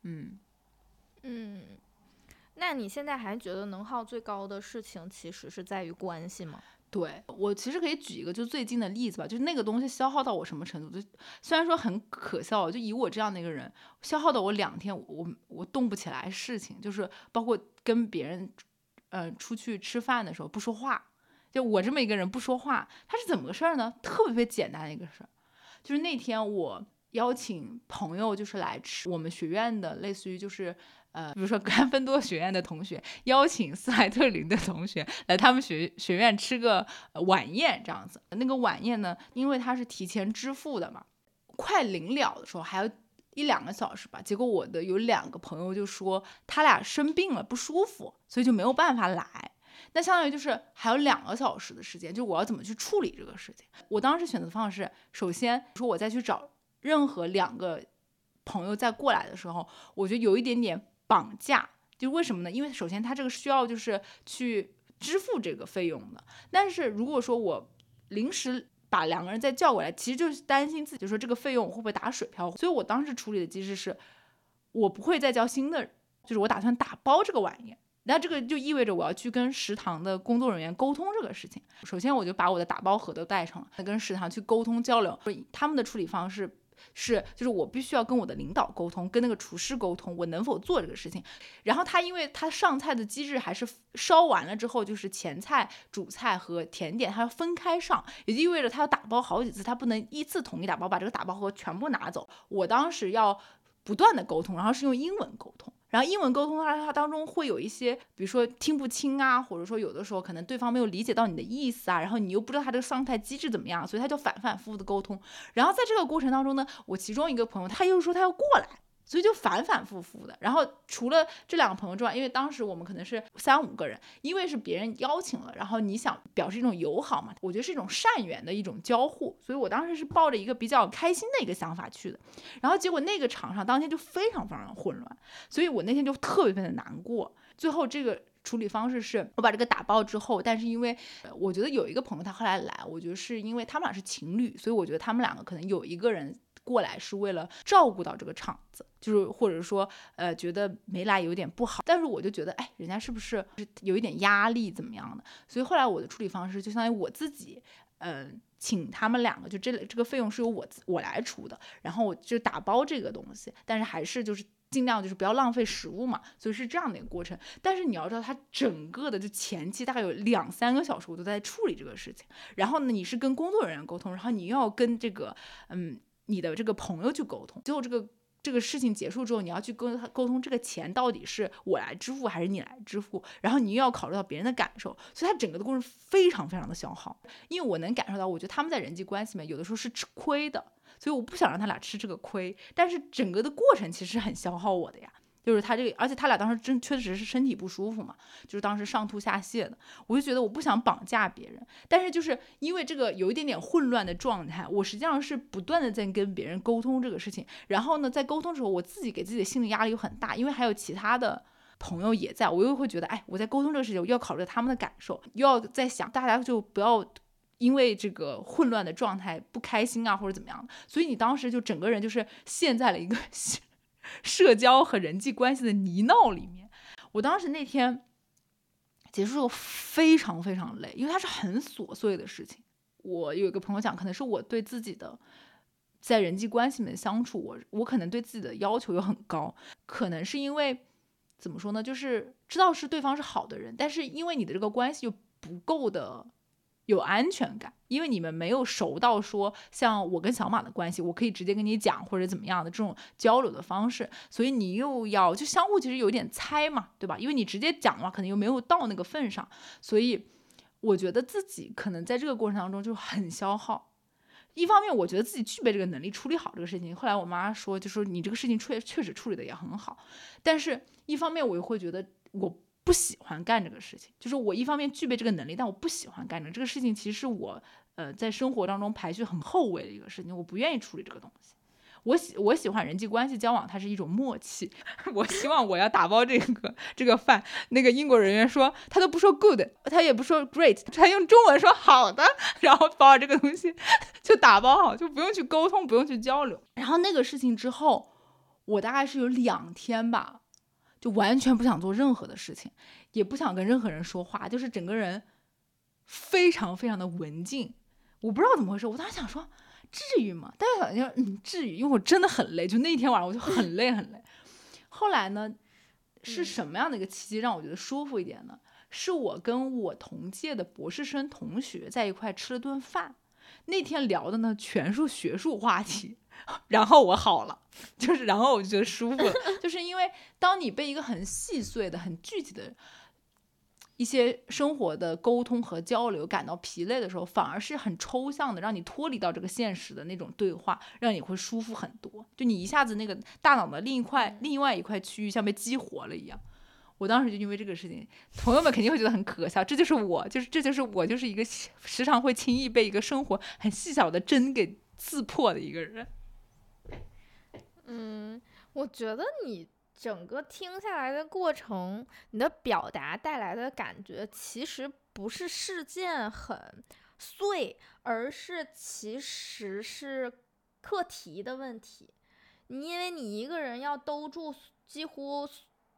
Speaker 4: 那你现在还觉得能耗最高的事情其实是在于关系吗？
Speaker 3: 对，我其实可以举一个就最近的例子吧，就是那个东西消耗到我什么程度，就虽然说很可笑，就以我这样的一个人，消耗到我2天我动不起来事情，就是包括跟别人出去吃饭的时候不说话，就我这么一个人不说话，它是怎么个事儿呢？特别简单的一个事儿，就是那天我邀请朋友就是来吃我们学院的类似于就是比如说甘芬多学院的同学邀请斯莱特林的同学来他们学院吃个晚宴这样子。那个晚宴呢，因为他是提前支付的嘛，快临了的时候还有1-2个小时吧，结果我的有2个朋友就说他俩生病了不舒服，所以就没有办法来。那相当于就是还有2个小时的时间，就我要怎么去处理这个事情。我当时选择的方式，首先说我再去找任何2个朋友再过来的时候，我觉得有一点点绑架。就为什么呢？因为首先他这个需要就是去支付这个费用的，但是如果说我临时把2个人再叫过来，其实就是担心自己就说这个费用会不会打水漂。所以我当时处理的机制是我不会再叫新的人，就是我打算打包这个晚宴， 那这个就意味着我要去跟食堂的工作人员沟通这个事情。首先我就把我的打包盒都带上了，跟食堂去沟通交流。他们的处理方式就是我必须要跟我的领导沟通，跟那个厨师沟通，我能否做这个事情。然后他因为他上菜的机制还是烧完了之后，就是前菜、主菜和甜点，他要分开上，也就意味着他要打包好几次，他不能依次统一打包，把这个打包盒全部拿走。我当时要不断的沟通，然后是用英文沟通。然后英文沟通它当中会有一些，比如说听不清啊，或者说有的时候可能对方没有理解到你的意思啊，然后你又不知道他这个上菜机制怎么样，所以他就反复的沟通。然后在这个过程当中呢，我其中一个朋友他又说他要过来，所以就反复的。然后除了这两个朋友之外，因为当时我们可能是3-5个人，因为是别人邀请了，然后你想表示一种友好嘛，我觉得是一种善缘的一种交互，所以我当时是抱着一个比较开心的一个想法去的。然后结果那个场上当天就非常的混乱，所以我那天就特别的难过。最后这个处理方式是我把这个打包之后，但是因为我觉得有一个朋友他后来来，我觉得是因为他们俩是情侣，所以我觉得他们两个可能有一个人过来是为了照顾到这个场子，就是或者说觉得没来有点不好，但是我就觉得人家是不是有一点压力怎么样的，所以后来我的处理方式就相当于我自己请他们两个，就这个费用是由我来出的，然后我就打包这个东西，但是还是就是尽量就是不要浪费食物嘛，所以是这样的一个过程。但是你要知道，它整个的就前期大概有2-3个小时我都在处理这个事情，然后呢你是跟工作人员沟通，然后你又要跟这个你的这个朋友去沟通，最后这个事情结束之后，你要去沟通这个钱到底是我来支付还是你来支付，然后你又要考虑到别人的感受，所以它整个的过程非常的消耗。因为我能感受到，我觉得他们在人际关系里面有的时候是吃亏的，所以我不想让他俩吃这个亏，但是整个的过程其实很消耗我的呀。就是他这个，而且他俩当时确实是身体不舒服嘛，就是当时上吐下泻的，我就觉得我不想绑架别人，但是就是因为这个有一点点混乱的状态，我实际上是不断的在跟别人沟通这个事情，然后呢，在沟通的时候，我自己给自己的心理压力又很大，因为还有其他的朋友也在，我又会觉得，我在沟通这个事情，我又要考虑他们的感受，又要在想大家就不要因为这个混乱的状态不开心啊，或者怎么样的，所以你当时就整个人就是陷在了一个社交和人际关系的泥淖里面。我当时那天结束之后非常累，因为它是很琐碎的事情。我有一个朋友讲，可能是我对自己的在人际关系里面相处，我可能对自己的要求又很高，可能是因为怎么说呢，就是知道是对方是好的人，但是因为你的这个关系又不够的有安全感，因为你们没有熟到说像我跟小马的关系，我可以直接跟你讲或者怎么样的这种交流的方式，所以你又要就相互其实有点猜嘛，对吧？因为你直接讲的话可能又没有到那个份上，所以我觉得自己可能在这个过程当中就很消耗。一方面我觉得自己具备这个能力处理好这个事情，后来我妈说就说你这个事情确实处理的也很好，但是一方面我又会觉得我不喜欢干这个事情，就是我一方面具备这个能力，但我不喜欢干这个事情，其实是我在生活当中排序很后位的一个事情，我不愿意处理这个东西。我喜欢人际关系交往，它是一种默契。我希望我要打包这个饭，那个英国人员说他都不说 good， 他也不说 great， 他用中文说好的，然后把我这个东西就打包好，就不用去沟通，不用去交流。然后那个事情之后，我大概是有2天吧，就完全不想做任何的事情，也不想跟任何人说话，就是整个人非常的文静。我不知道怎么回事，我当时想说至于吗？但是好像至于，因为我真的很累，就那天晚上我就很累。后来呢，是什么样的一个契机让我觉得舒服一点呢？是我跟我同届的博士生同学在一块吃了顿饭，那天聊的呢全是学术话题，然后我好了，就是然后我就觉得舒服了，就是因为当你被一个很细碎的、很具体的一些生活的沟通和交流感到疲累的时候，反而是很抽象的，让你脱离到这个现实的那种对话，让你会舒服很多。就你一下子那个大脑的另外一块区域像被激活了一样。我当时就因为这个事情，朋友们肯定会觉得很可笑，这就是我就是一个时常会轻易被一个生活很细小的针给刺破的一个人。
Speaker 4: 我觉得你整个听下来的过程，你的表达带来的感觉其实不是事件很碎，而是其实是课题的问题。因为你一个人要兜住几乎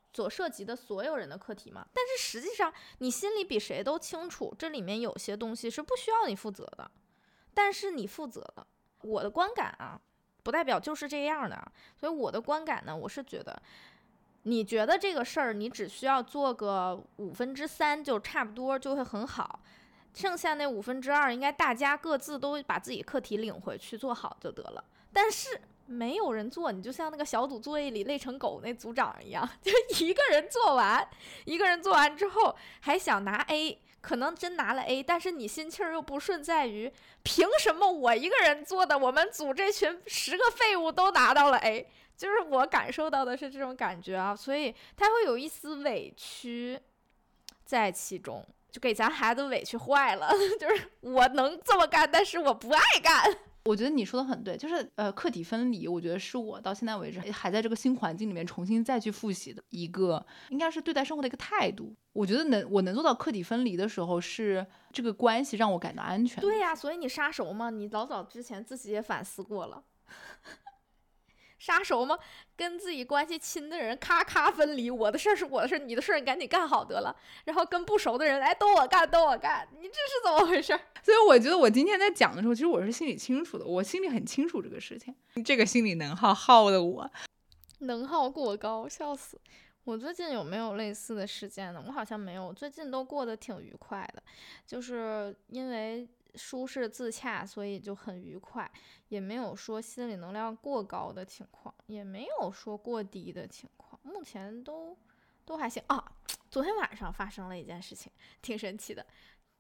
Speaker 4: 所涉及的所有人的课题吗？但是实际上你心里比谁都清楚，这里面有些东西是不需要你负责的，但是你负责了。我的观感啊，不代表就是这样的啊，所以我的观感呢，我是觉得你觉得这个事儿你只需要做个3%就差不多就会很好，剩下那2%应该大家各自都把自己课题领回去做好就得了。但是没有人做，你就像那个小组作业里累成狗那组长一样，就一个人做完之后还想拿 A， 可能真拿了 A， 但是你心气儿又不顺，在于凭什么我一个人做的，我们组这群10个废物都拿到了 A， 就是我感受到的是这种感觉啊，所以他会有一丝委屈在其中，就给咱孩子委屈坏了，就是我能这么干，但是我不爱干。
Speaker 3: 我觉得你说的很对，就是课题分离，我觉得是我到现在为止还在这个新环境里面重新再去复习的一个，应该是对待生活的一个态度。我觉得我能做到课题分离的时候，是这个关系让我感到安全。
Speaker 4: 对呀，所以你杀熟嘛，你老早之前自己也反思过了。杀熟吗？跟自己关系亲的人咔咔分离，我的事儿是我的事儿，你的事儿你赶紧干好得了。然后跟不熟的人，哎，都我干，你这是怎么回事？
Speaker 3: 所以我觉得我今天在讲的时候，其实我是心里清楚的，我心里很清楚这个事情。这个心理能耗的我，
Speaker 4: 能耗过高，笑死。我最近有没有类似的事件呢？我好像没有，最近都过得挺愉快的，就是因为舒适自洽，所以就很愉快，也没有说心理能量过高的情况，也没有说过低的情况，目前都还行啊。昨天晚上发生了一件事情，挺神奇的。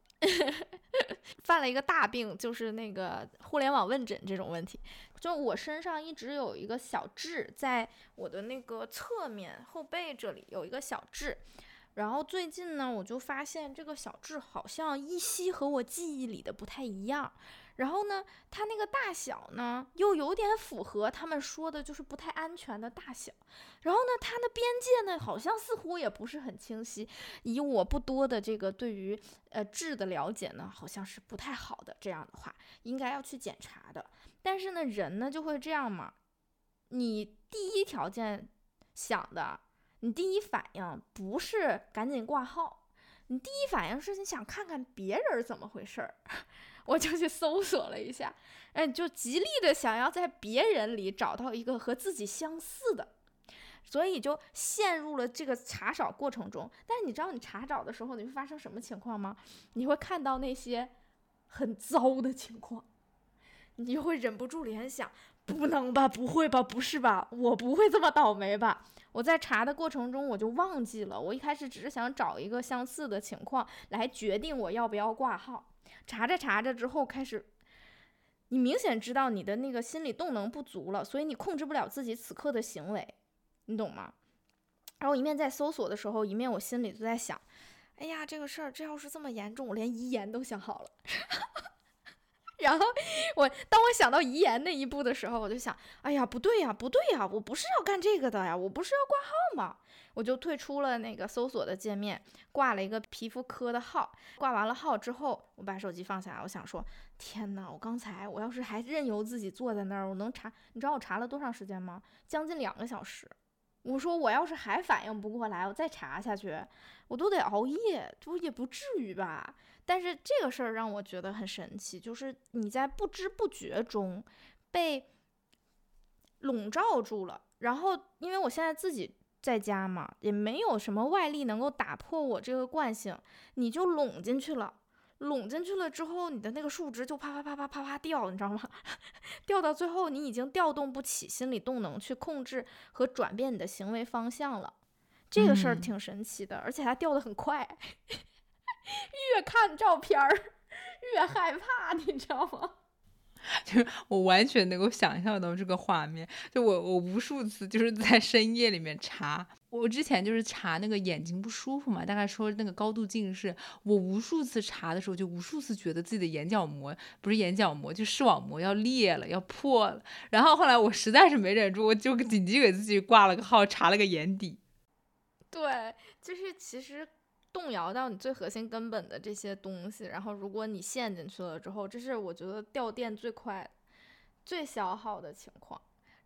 Speaker 4: 犯了一个大病，就是那个互联网问诊这种问题。就我身上一直有一个小痣，在我的那个侧面后背这里有一个小痣，然后最近呢，我就发现这个小痣好像依稀和我记忆里的不太一样。然后呢，它那个大小呢，又有点符合他们说的就是不太安全的大小。然后呢，它的边界呢，好像似乎也不是很清晰。以我不多的这个对于痣的了解呢，好像是不太好的。这样的话，应该要去检查的。但是呢，人呢就会这样嘛，你第一条件想的，你第一反应不是赶紧挂号，你第一反应是你想看看别人怎么回事儿。我就去搜索了一下，就极力的想要在别人里找到一个和自己相似的，所以就陷入了这个查找过程中。但是你知道你查找的时候你会发生什么情况吗？你会看到那些很糟的情况，你就会忍不住联想，不能吧，不会吧，不是吧，我不会这么倒霉吧。我在查的过程中我就忘记了，我一开始只是想找一个相似的情况来决定我要不要挂号。查着之后开始，你明显知道你的那个心理动能不足了，所以你控制不了自己此刻的行为，你懂吗？然后一面在搜索的时候，一面我心里就在想，哎呀，这个事儿这要是这么严重，我连遗言都想好了。然后当我想到遗言那一步的时候，我就想，哎呀，不对呀，我不是要干这个的呀，我不是要挂号吗？我就退出了那个搜索的界面，挂了一个皮肤科的号。挂完了号之后，我把手机放下来，我想说，天哪，我刚才我要是还任由自己坐在那儿，我能查，你知道我查了多长时间吗？将近2个小时。我说我要是还反应不过来，我再查下去，我都得熬夜，就也不至于吧。但是这个事儿让我觉得很神奇，就是你在不知不觉中被笼罩住了。然后因为我现在自己在家嘛，也没有什么外力能够打破我这个惯性，你就拢进去了。拢进去了之后，你的那个数值就啪啪啪啪啪啪掉，你知道吗？掉到最后，你已经调动不起心理动能去控制和转变你的行为方向了。这个事儿挺神奇的，而且它掉得很快。越看照片越害怕，你知道吗？
Speaker 3: 就我完全能够想象到这个画面，就我无数次就是在深夜里面查，我之前就是查那个眼睛不舒服嘛，大概说那个高度近视，我无数次查的时候就无数次觉得自己的眼角膜不是眼角膜，就视网膜要裂了，要破了。然后后来我实在是没忍住，我就紧急给自己挂了个号，查了个眼底。
Speaker 4: 对，就是其实动摇到你最核心根本的这些东西，然后如果你陷进去了之后，这是我觉得掉电最快最消耗的情况。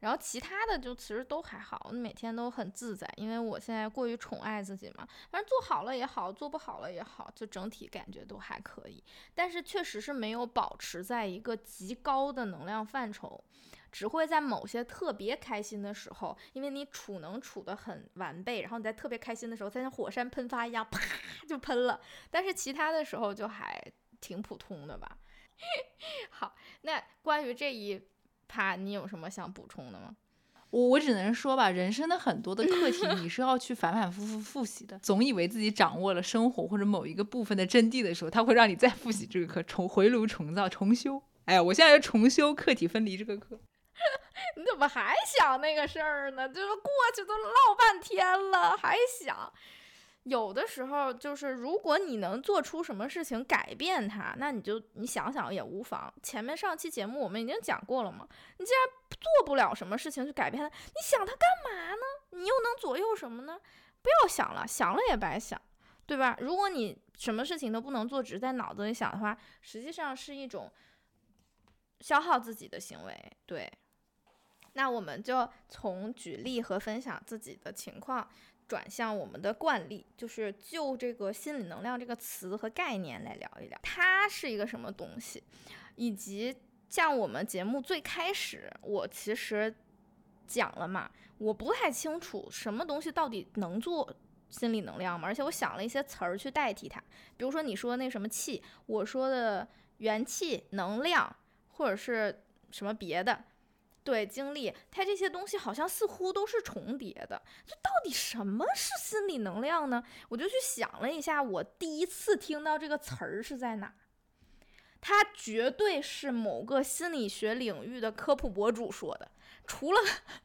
Speaker 4: 然后其他的就其实都还好，每天都很自在，因为我现在过于宠爱自己嘛，反正做好了也好，做不好了也好，就整体感觉都还可以。但是确实是没有保持在一个极高的能量范畴，只会在某些特别开心的时候，因为你储能储得很完备，然后你在特别开心的时候，再像火山喷发一样，啪就喷了。但是其他的时候就还挺普通的吧。好，那关于这一趴，你有什么想补充的吗？
Speaker 3: 我只能说吧，人生的很多的课题你是要去反反复复复习的。总以为自己掌握了生活或者某一个部分的真谛的时候，他会让你再复习这个课，回炉重造，重修。哎呀，我现在要重修课体分离这个课。
Speaker 4: 你怎么还想那个事儿呢？就是过去都唠半天了，还想。有的时候就是如果你能做出什么事情改变它，那你想想也无妨。前面上期节目我们已经讲过了嘛，你既然做不了什么事情去改变它，你想它干嘛呢？你又能左右什么呢？不要想了，想了也白想，对吧？如果你什么事情都不能做，只是在脑子里想的话，实际上是一种消耗自己的行为。对，那我们就从举例和分享自己的情况转向我们的惯例，就是就这个心理能量这个词和概念来聊一聊，它是一个什么东西，以及像我们节目最开始我其实讲了嘛，我不太清楚什么东西到底能做心理能量嘛，而且我想了一些词儿去代替它，比如说你说那什么气，我说的元气、能量，或者是什么别的。对，经历，它这些东西好像似乎都是重叠的。就到底什么是心理能量呢？我就去想了一下，我第一次听到这个词儿是在哪？它绝对是某个心理学领域的科普博主说的。除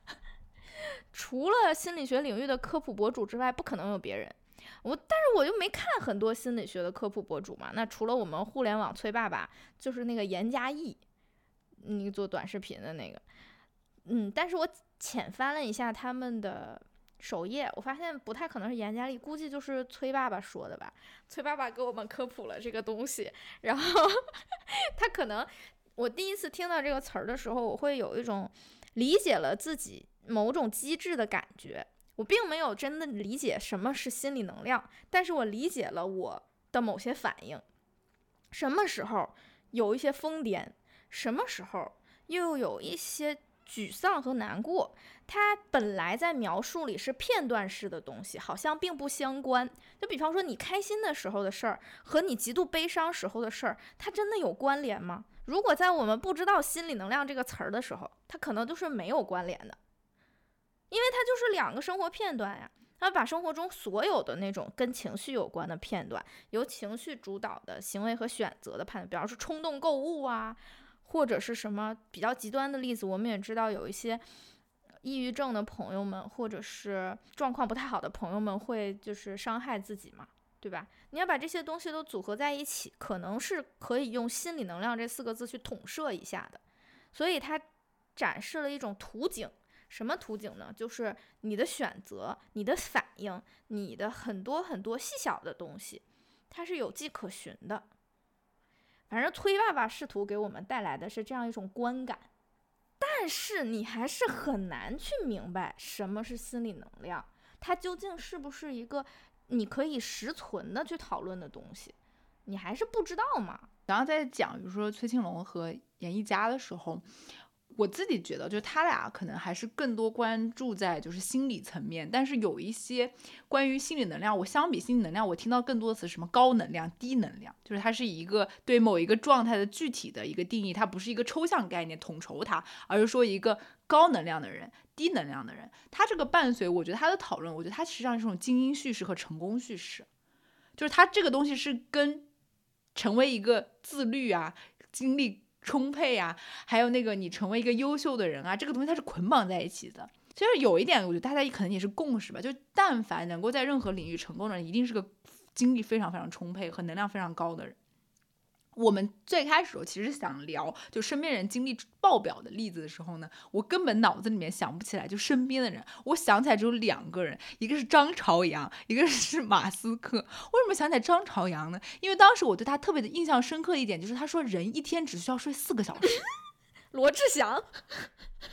Speaker 4: 了心理学领域的科普博主之外，不可能有别人。但是我又没看很多心理学的科普博主嘛。那除了我们互联网崔爸爸，就是那个严嘉译，那个做短视频的那个。但是我浅翻了一下他们的首页，我发现不太可能是严嘉丽，估计就是崔爸爸说的吧。崔爸爸给我们科普了这个东西，然后他可能，我第一次听到这个词儿的时候，我会有一种理解了自己某种机制的感觉。我并没有真的理解什么是心理能量，但是我理解了我的某些反应。什么时候有一些疯癫，什么时候又有一些沮丧和难过，它本来在描述里是片段式的东西，好像并不相关。就比方说你开心的时候的事儿和你极度悲伤时候的事儿，它真的有关联吗？如果在我们不知道心理能量这个词儿的时候，它可能就是没有关联的，因为它就是两个生活片段呀。它把生活中所有的那种跟情绪有关的片段，由情绪主导的行为和选择的判断，比方说冲动购物啊，或者是什么比较极端的例子，我们也知道有一些抑郁症的朋友们，或者是状况不太好的朋友们会就是伤害自己嘛，对吧？你要把这些东西都组合在一起，可能是可以用心理能量这4个字去统摄一下的。所以它展示了一种图景，什么图景呢？就是你的选择、你的反应、你的很多很多细小的东西，它是有迹可循的。反正崔爸爸试图给我们带来的是这样一种观感，但是你还是很难去明白什么是心理能量，它究竟是不是一个你可以实存的去讨论的东西，你还是不知道嘛。
Speaker 3: 然后在讲比如说崔庆龙和严艺佳的时候，我自己觉得就是他俩可能还是更多关注在就是心理层面，但是有一些关于心理能量，我相比心理能量我听到更多的词，什么高能量、低能量，就是它是一个对某一个状态的具体的一个定义，它不是一个抽象概念统筹它，而是说一个高能量的人、低能量的人。它这个伴随我觉得他的讨论，我觉得它实际上是一种精英叙事和成功叙事，就是它这个东西是跟成为一个自律啊、精力充沛啊，还有那个你成为一个优秀的人啊，这个东西它是捆绑在一起的。其实有一点我觉得大家可能也是共识吧，就但凡能够在任何领域成功的人，一定是个精力非常非常充沛和能量非常高的人。我们最开始其实想聊就身边人精力爆表的例子的时候呢，我根本脑子里面想不起来就身边的人，我想起来只有2个人，一个是张朝阳，一个是马斯克。为什么想起来张朝阳呢？因为当时我对他特别的印象深刻一点就是他说人一天只需要睡4个小时。
Speaker 4: 罗志祥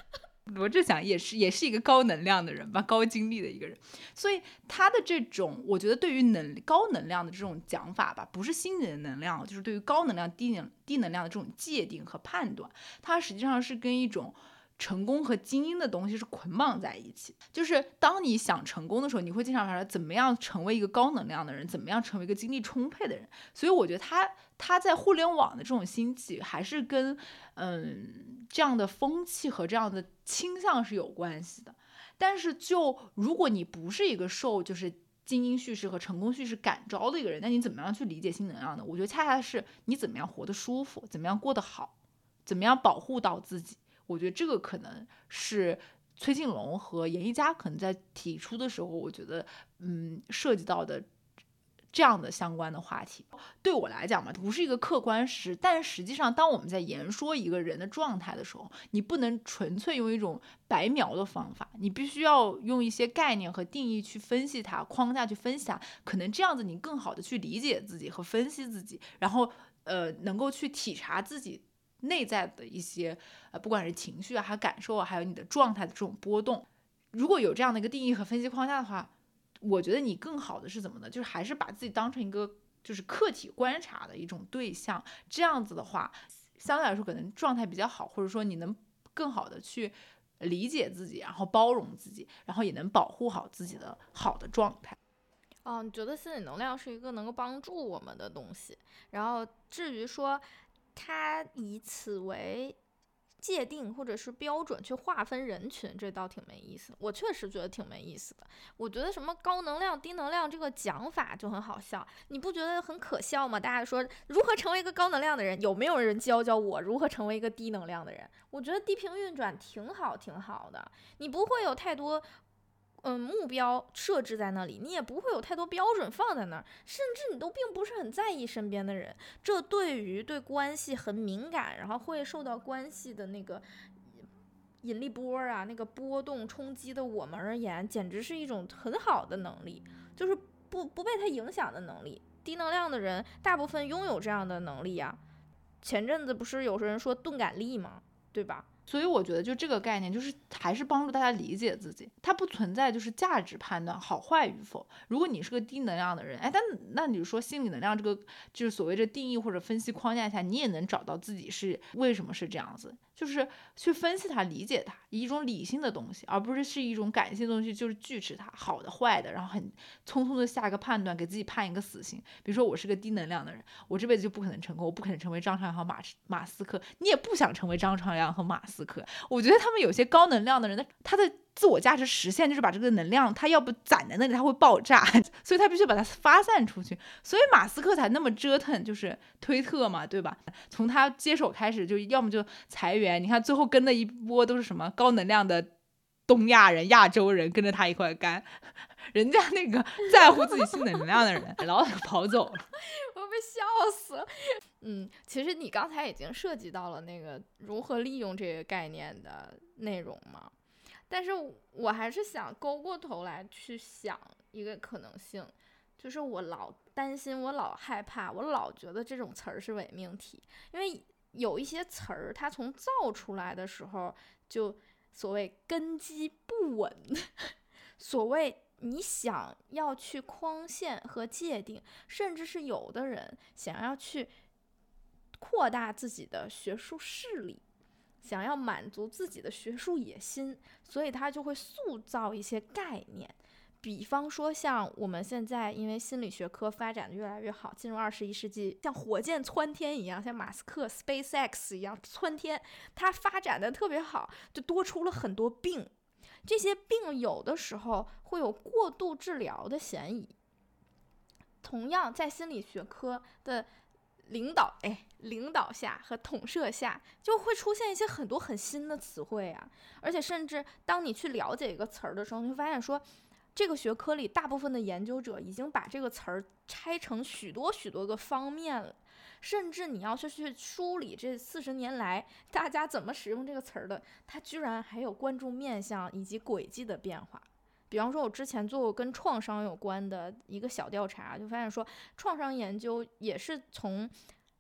Speaker 3: 罗志祥也是一个高能量的人吧，高精力的一个人，所以他的这种，我觉得对于高能量的这种讲法吧，不是心理的能量，就是对于高能量、低能量的这种界定和判断，它实际上是跟一种成功和精英的东西是捆绑在一起。就是当你想成功的时候，你会经常发现怎么样成为一个高能量的人，怎么样成为一个精力充沛的人。所以我觉得他在互联网的这种兴起，还是跟这样的风气和这样的倾向是有关系的。但是如果你不是一个受就是精英叙事和成功叙事感召的一个人，那你怎么样去理解新能量呢？我觉得恰恰是你怎么样活得舒服，怎么样过得好，怎么样保护到自己。我觉得这个可能是崔庆龙和严一佳可能在提出的时候，我觉得涉及到的这样的相关的话题。对我来讲嘛，不是一个客观事，但实际上当我们在言说一个人的状态的时候，你不能纯粹用一种白描的方法，你必须要用一些概念和定义去分析它，框架去分析它，可能这样子你更好的去理解自己和分析自己，然后能够去体察自己内在的一些不管是情绪啊，还有感受啊，还有你的状态的这种波动。如果有这样的一个定义和分析框架的话，我觉得你更好的是怎么呢？就是还是把自己当成一个就是客体观察的一种对象，这样子的话相对来说可能状态比较好，或者说你能更好的去理解自己，然后包容自己，然后也能保护好自己的好的状态。
Speaker 4: 你觉得心理能量是一个能够帮助我们的东西，然后至于说它以此为界定或者是标准去划分人群，这倒挺没意思。我确实觉得挺没意思的。我觉得什么高能量、低能量这个讲法就很好笑，你不觉得很可笑吗？大家说如何成为一个高能量的人，有没有人教我如何成为一个低能量的人？我觉得低频运转挺好的，你不会有太多目标设置在那里，你也不会有太多标准放在那儿，甚至你都并不是很在意身边的人。这对于对关系很敏感，然后会受到关系的那个引力波啊，那个波动冲击的我们而言，简直是一种很好的能力，就是不被它影响的能力。低能量的人大部分拥有这样的能力啊。前阵子不是有人说钝感力吗？对吧？
Speaker 3: 所以我觉得就这个概念就是还是帮助大家理解自己，它不存在就是价值判断好坏与否。如果你是个低能量的人，那你说心理能量这个就是所谓的定义或者分析框架下，你也能找到自己是为什么是这样子，就是去分析它、理解它，以一种理性的东西，而不是一种感性的东西，就是拒斥它好的坏的，然后很匆匆的下一个判断，给自己判一个死刑。比如说我是个低能量的人，我这辈子就不可能成功，我不可能成为张朝阳和马斯克，你也不想成为张朝阳和马斯克。我觉得他们有些高能量的人，他的自我价值实现就是把这个能量，他要不攒在那里，他会爆炸，所以他必须把它发散出去。所以马斯克才那么折腾，就是推特嘛，对吧？从他接手开始，就要么就裁员，你看最后跟的一波都是什么高能量的东亚人、亚洲人跟着他一块干，人家那个在乎自己性能量的人，老早就跑走了。
Speaker 4: 我被笑死了。其实你刚才已经涉及到了那个如何利用这个概念的内容嘛，但是我还是想勾过头来去想一个可能性，就是我老担心，我老害怕，我老觉得这种词儿是伪命题，因为有一些词儿它从造出来的时候就所谓根基不稳，所谓你想要去框限和界定，甚至是有的人想要去扩大自己的学术势力，想要满足自己的学术野心，所以他就会塑造一些概念。比方说像我们现在因为心理学科发展的越来越好，进入21世纪，像火箭蹿天一样，像马斯克 SpaceX 一样蹿天，它发展的特别好，就多出了很多病。这些病有的时候会有过度治疗的嫌疑。同样在心理学科的领导下和统摄下，就会出现一些很多很新的词汇啊，而且甚至当你去了解一个词儿的时候，你会发现说这个学科里大部分的研究者已经把这个词儿拆成许多个方面了，甚至你要去梳理这40年来大家怎么使用这个词儿的，它居然还有关注面向以及轨迹的变化。比方说我之前做过跟创伤有关的一个小调查，就发现说创伤研究也是从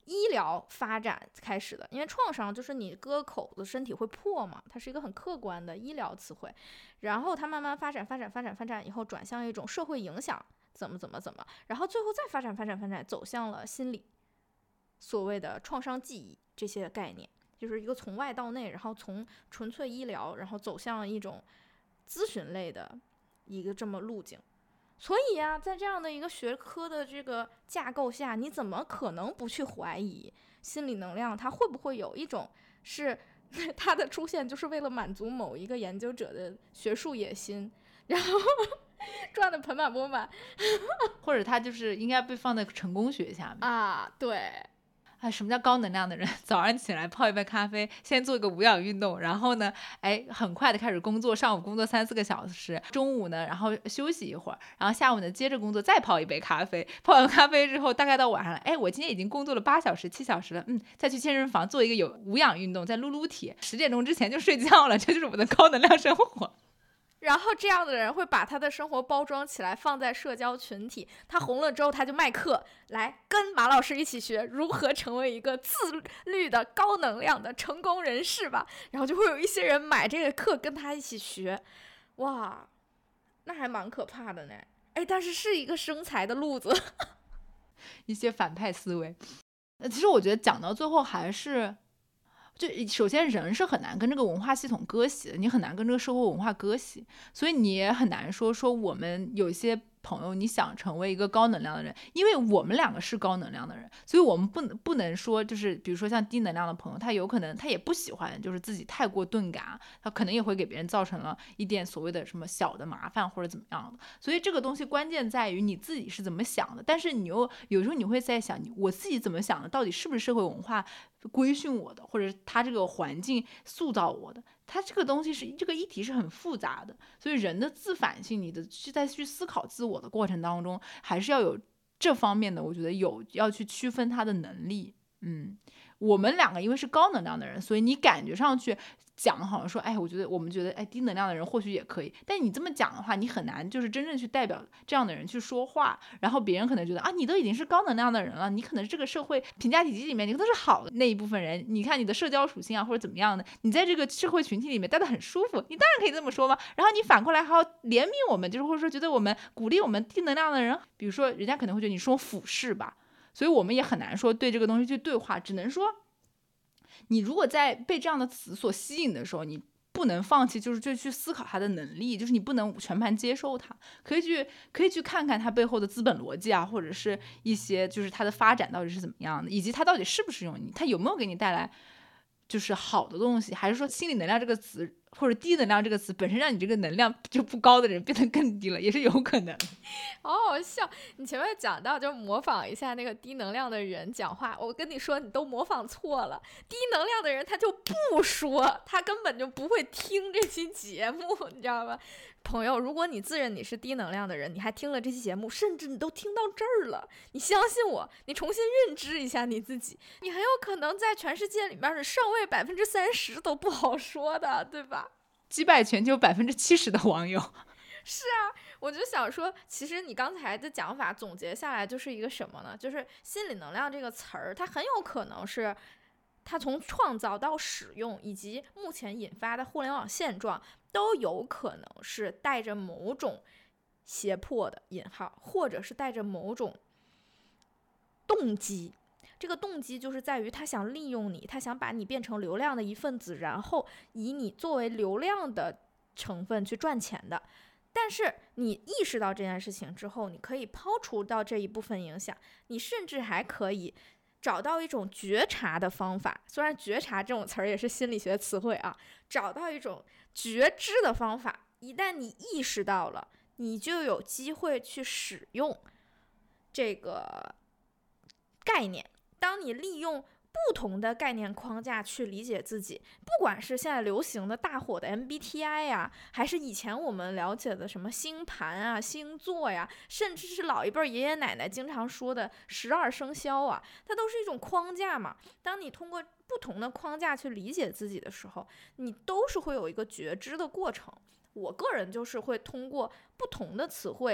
Speaker 4: 医疗发展开始的，因为创伤就是你割口子身体会破嘛，它是一个很客观的医疗词汇，然后它慢慢发展以后转向一种社会影响，怎么，然后最后再发展走向了心理，所谓的创伤记忆这些概念，就是一个从外到内，然后从纯粹医疗然后走向一种咨询类的一个这么路径。所以啊，在这样的一个学科的这个架构下，你怎么可能不去怀疑心理能量它会不会有一种是它的出现就是为了满足某一个研究者的学术野心，然后赚得盆满钵满
Speaker 3: 或者它就是应该被放在成功学下面
Speaker 4: 啊？对。
Speaker 3: 什么叫高能量的人？早上起来泡一杯咖啡，先做个无氧运动，然后呢，很快的开始工作，上午工作3-4个小时，中午呢，然后休息一会儿，然后下午呢接着工作，再泡一杯咖啡，泡完咖啡之后，大概到晚上了，我今天已经工作了8小时、7小时了，再去健身房做一个有无氧运动，再撸撸铁，10点钟之前就睡觉了，这就是我的高能量生活。
Speaker 4: 然后这样的人会把他的生活包装起来，放在社交群体，他红了之后他就卖课，来跟马老师一起学如何成为一个自律的高能量的成功人士吧。然后就会有一些人买这个课跟他一起学，哇，那还蛮可怕的呢。但是是一个生财的路子。
Speaker 3: 一些反派思维。其实我觉得讲到最后还是，就首先人是很难跟这个文化系统割席的，你很难跟这个社会文化割席，所以你也很难说我们有一些朋友你想成为一个高能量的人，因为我们2个是高能量的人，所以我们不能说就是比如说像低能量的朋友，他有可能他也不喜欢就是自己太过钝感，他可能也会给别人造成了一点所谓的什么小的麻烦或者怎么样的，所以这个东西关键在于你自己是怎么想的，但是你又有时候你会在想我自己怎么想的，到底是不是社会文化规训我的，或者是他这个环境塑造我的，它这个东西是这个议题是很复杂的，所以人的自反性，你的在去思考自我的过程当中，还是要有这方面的，我觉得要去区分他的能力。我们2个因为是高能量的人，所以你感觉上去讲好像说，我们觉得低能量的人或许也可以，但你这么讲的话，你很难就是真正去代表这样的人去说话，然后别人可能觉得你都已经是高能量的人了，你可能这个社会评价体系里面你都是好的那一部分人，你看你的社交属性或者怎么样的，你在这个社会群体里面待得很舒服，你当然可以这么说嘛。然后你反过来还要怜悯我们，就是或者说觉得我们鼓励我们低能量的人，比如说人家可能会觉得你说俯视吧，所以我们也很难说对这个东西去对话，只能说你如果在被这样的词所吸引的时候，你不能放弃，就去思考它的能力，就是你不能全盘接受它，可以去看看它背后的资本逻辑啊，或者是一些就是它的发展到底是怎么样的，以及它到底适不适用你，它有没有给你带来就是好的东西，还是说心理能量这个词或者低能量这个词本身让你这个能量就不高的人变得更低了，也是有可能。
Speaker 4: 好好笑，你前面讲到就模仿一下那个低能量的人讲话，我跟你说你都模仿错了，低能量的人他就不说，他根本就不会听这期节目，你知道吧？朋友，如果你自认你是低能量的人，你还听了这期节目，甚至你都听到这儿了，你相信我，你重新认知一下你自己，你很有可能在全世界里面的上位30%都不好说的，对吧？
Speaker 3: 击败全球70%的网友。
Speaker 4: 是啊，我就想说，其实你刚才的讲法总结下来就是一个什么呢？就是心理能量这个词儿，它很有可能是它从创造到使用，以及目前引发的互联网现状，都有可能是带着某种胁迫的引号，或者是带着某种动机。这个动机就是在于他想利用你，他想把你变成流量的一份子，然后以你作为流量的成分去赚钱的。但是你意识到这件事情之后，你可以抛除到这一部分影响，你甚至还可以找到一种觉察的方法，虽然觉察这种词儿也是心理学词汇啊，找到一种觉知的方法，一旦你意识到了，你就有机会去使用这个概念。当你利用不同的概念框架去理解自己，不管是现在流行的大火的 MBTI 呀，还是以前我们了解的什么星盘啊、星座呀，甚至是老一辈爷爷奶奶经常说的12生肖啊，它都是一种框架嘛。当你通过不同的框架去理解自己的时候，你都是会有一个觉知的过程。我个人就是会通过不同的词汇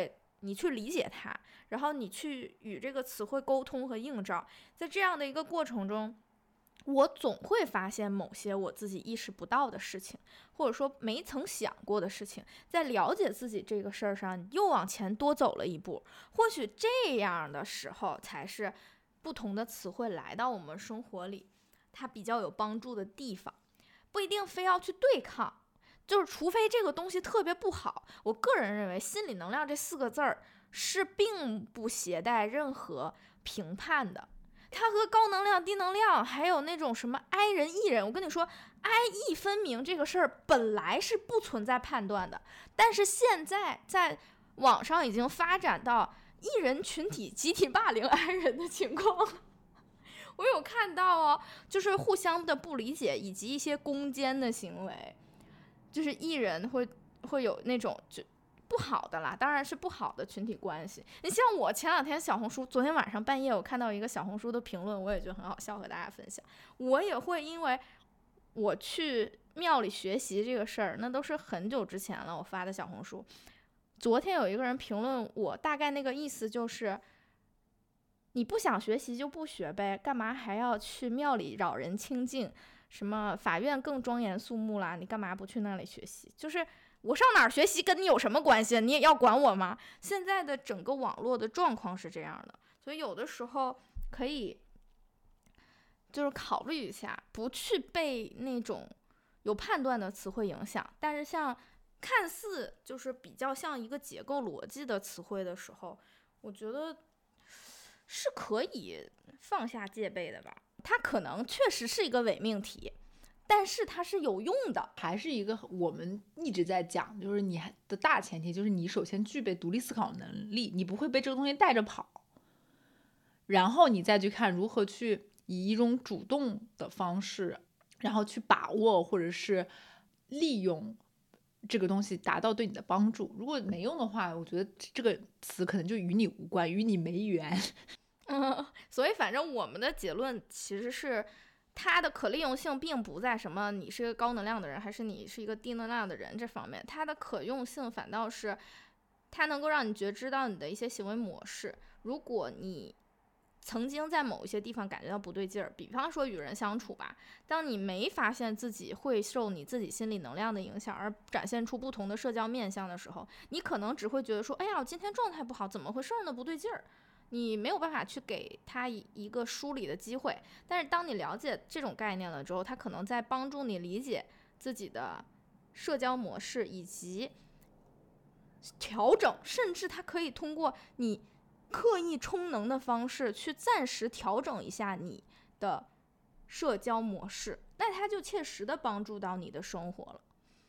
Speaker 4: 你去理解它，然后你去与这个词汇沟通和映照，在这样的一个过程中，我总会发现某些我自己意识不到的事情，或者说没曾想过的事情，在了解自己这个事儿上又往前多走了一步。或许这样的时候才是不同的词汇来到我们生活里它比较有帮助的地方，不一定非要去对抗，就是除非这个东西特别不好。我个人认为心理能量这4个字儿是并不携带任何评判的，它和高能量低能量还有那种什么 I 人 E 人，我跟你说 I E 分明这个事儿本来是不存在判断的，但是现在在网上已经发展到E 人群体集体霸凌 I 人的情况。我有看到哦，就是互相的不理解以及一些攻坚的行为，就是E人会有那种就不好的啦，当然是不好的群体关系。你像我前2天小红书，昨天晚上半夜我看到一个小红书的评论，我也觉得很好笑，和大家分享。我也会因为我去庙里学习这个事儿，那都是很久之前了，我发的小红书。昨天有一个人评论我，大概那个意思就是，你不想学习就不学呗，干嘛还要去庙里扰人清静？什么法院更庄严肃穆啦，你干嘛不去那里学习？就是我上哪儿学习跟你有什么关系？你也要管我吗？现在的整个网络的状况是这样的，所以有的时候可以就是考虑一下，不去被那种有判断的词汇影响，但是像看似就是比较像一个结构逻辑的词汇的时候，我觉得是可以放下戒备的吧。它可能确实是一个伪命题，但是它是有用的。
Speaker 3: 还是一个我们一直在讲，就是你的大前提就是你首先具备独立思考能力，你不会被这个东西带着跑，然后你再去看如何去以一种主动的方式，然后去把握或者是利用这个东西达到对你的帮助。如果没用的话，我觉得这个词可能就与你无关，与你没缘。
Speaker 4: 所以反正我们的结论其实是，它的可利用性并不在什么你是个高能量的人还是你是一个低能量的人这方面，它的可用性反倒是它能够让你觉知到你的一些行为模式。如果你曾经在某一些地方感觉到不对劲儿，比方说与人相处吧，当你没发现自己会受你自己心理能量的影响而展现出不同的社交面向的时候，你可能只会觉得说，哎呀，我今天状态不好，怎么回事呢？不对劲儿。你没有办法去给他一个梳理的机会，但是当你了解这种概念了之后，他可能在帮助你理解自己的社交模式以及调整，甚至他可以通过你刻意充能的方式去暂时调整一下你的社交模式，那他就切实的帮助到你的生活了。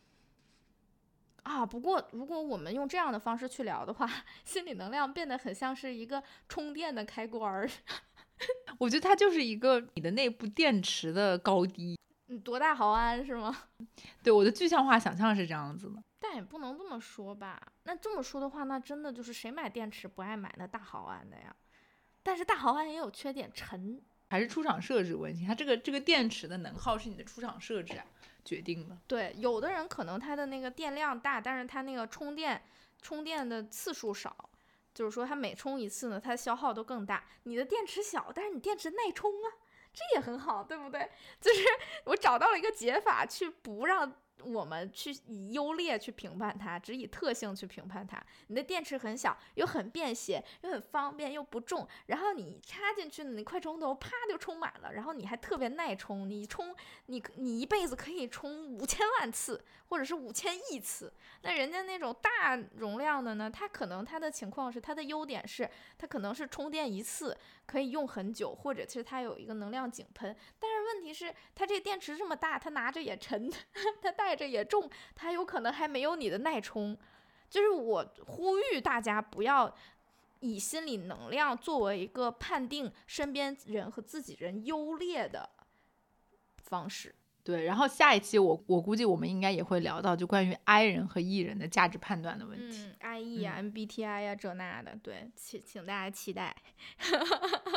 Speaker 4: 不过如果我们用这样的方式去聊的话，心理能量变得很像是一个充电的开关。
Speaker 3: 我觉得它就是一个你的内部电池的高低。
Speaker 4: 多大毫安是吗？
Speaker 3: 对，我的具象化想象是这样子的。
Speaker 4: 但也不能这么说吧，那这么说的话，那真的就是谁买电池不爱买那大毫安的呀？但是大毫安也有缺点，沉。
Speaker 3: 还是出厂设置问题，它这个电池的能耗是你的出厂设置决定的。
Speaker 4: 对，有的人可能他的那个电量大，但是他那个充电的次数少，就是说他每充一次呢，它消耗都更大。你的电池小，但是你电池耐充啊，这也很好，对不对？就是我找到了一个解法，去不让我们去以优劣去评判它，只以特性去评判它。你的电池很小，又很便携，又很方便，又不重，然后你插进去你快充头啪就充满了，然后你还特别耐充，你一辈子可以充5000万次，或者是5000亿次。那人家那种大容量的呢，它可能它的情况是，它的优点是它可能是充电一次可以用很久，或者是它有一个能量井喷。但是问题是它这电池这么大，它拿着也沉，它带着也重，它有可能还没有你的耐充。就是我呼吁大家不要以心理能量作为一个判定身边人和自己人优劣的方式。
Speaker 3: 对，然后下一期我估计我们应该也会聊到就关于 I 人和 E 人的价值判断的问题。
Speaker 4: IE 啊、MBTI 啊这那的，对，请大家期待。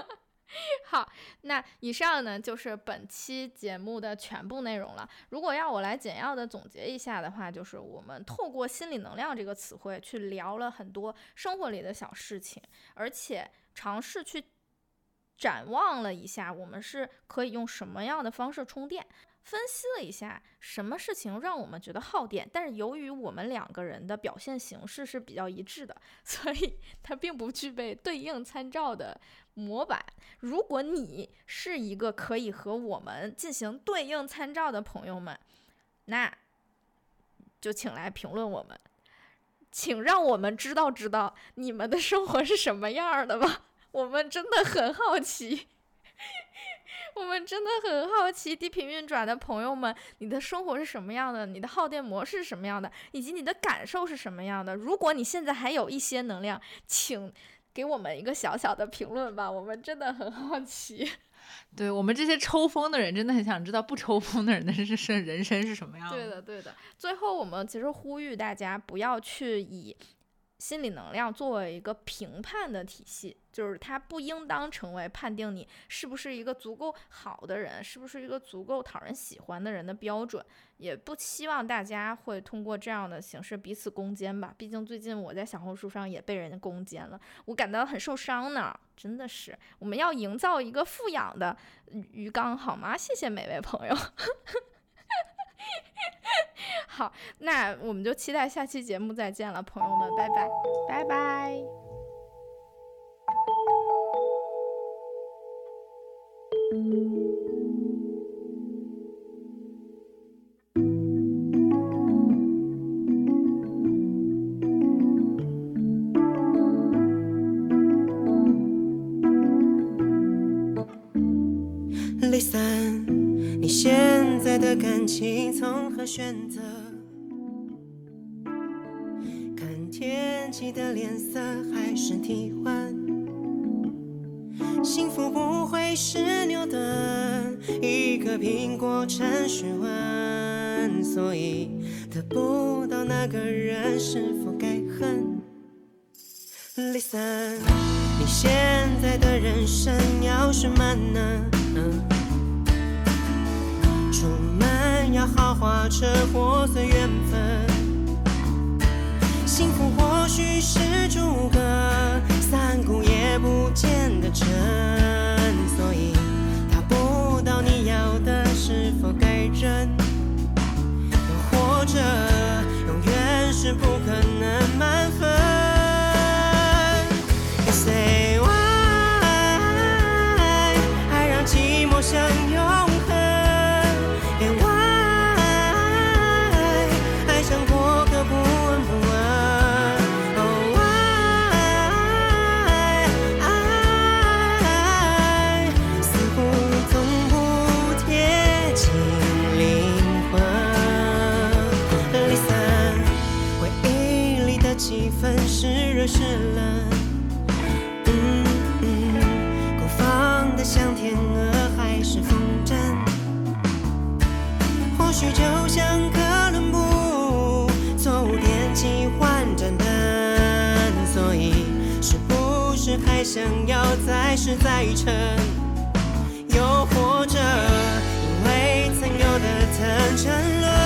Speaker 4: 好，那以上呢就是本期节目的全部内容了。如果要我来简要的总结一下的话，就是我们透过心理能量这个词汇去聊了很多生活里的小事情，而且尝试去展望了一下我们是可以用什么样的方式充电，分析了一下什么事情让我们觉得耗电，但是由于我们两个人的表现形式是比较一致的，所以它并不具备对应参照的模板。如果你是一个可以和我们进行对应参照的朋友们，那就请来评论我们，请让我们知道你们的生活是什么样的吧。我们真的很好奇我们真的很好奇低频运转的朋友们，你的生活是什么样的，你的耗电模式是什么样的，以及你的感受是什么样的。如果你现在还有一些能量，请给我们一个小小的评论吧，我们真的很好奇。
Speaker 3: 对，我们这些抽风的人真的很想知道不抽风的人的人生是什么样的。
Speaker 4: 对的。最后我们其实呼吁大家不要去以心理能量作为一个评判的体系，就是它不应当成为判定你是不是一个足够好的人，是不是一个足够讨人喜欢的人的标准，也不希望大家会通过这样的形式彼此攻坚吧。毕竟最近我在小红书上也被人攻坚了，我感到很受伤呢，真的是。我们要营造一个富养的鱼缸好吗？谢谢每位朋友好，那我们就期待下期节目再见了，朋友们，拜拜，
Speaker 3: 拜拜。
Speaker 2: Listen， 你现在的感情从何选择？看天气的脸色还是替换？幸福不会是牛顿一颗苹果程序完，所以得不到那个人是否该恨？ Listen， 你现在的人生要是慢呢？出门要豪华车或随缘分，幸福或许是诸葛三顾也不见得真，所以他不到你要的是否该忍？又或者永远是不可能满分。 You say why， 爱让寂寞像永恒，连 why 爱像过客不闻不问。Oh why， 似乎从不贴近灵魂。Listen， 回忆里的气氛是热是冷。 像天鹅还是风筝，或许就像哥伦布错误点击换盏灯，所以是不是还想要再试再沉？又或者因为曾有的曾沉沦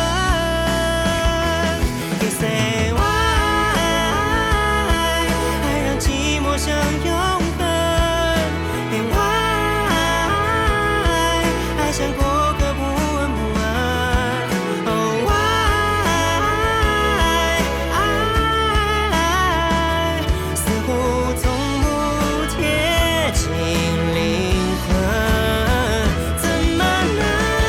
Speaker 2: You say why， 爱让寂寞像永恒，连 why 像过客不闻不问 Oh why， 似乎从不贴近灵魂，怎么能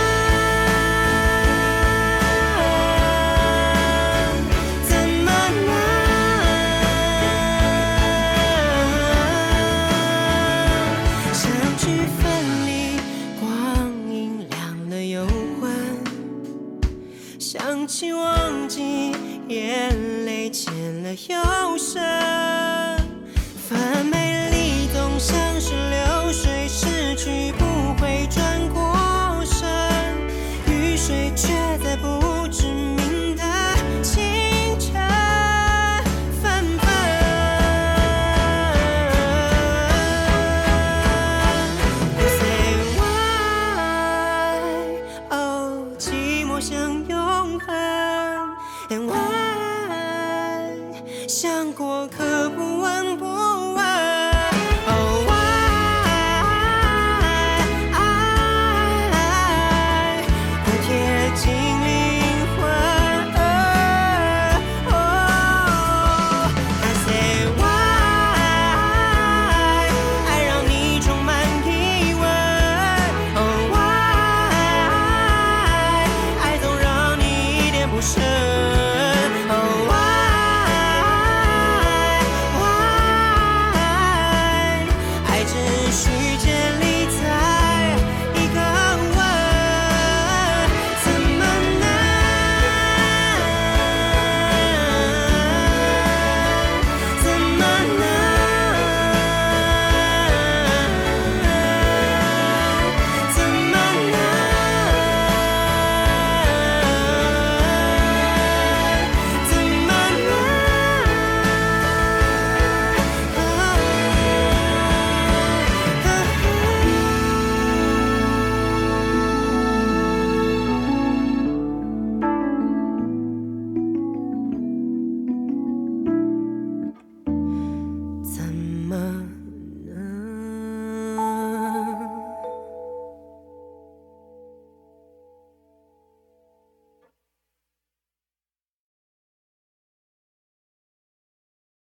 Speaker 2: 相聚分离，光阴亮了又昏，想起忘记，眼泪浅了又深，反美丽总像是流水，失去不会转过身，雨水却在不知名的清晨纷纷。 向永恒。And why 想过可不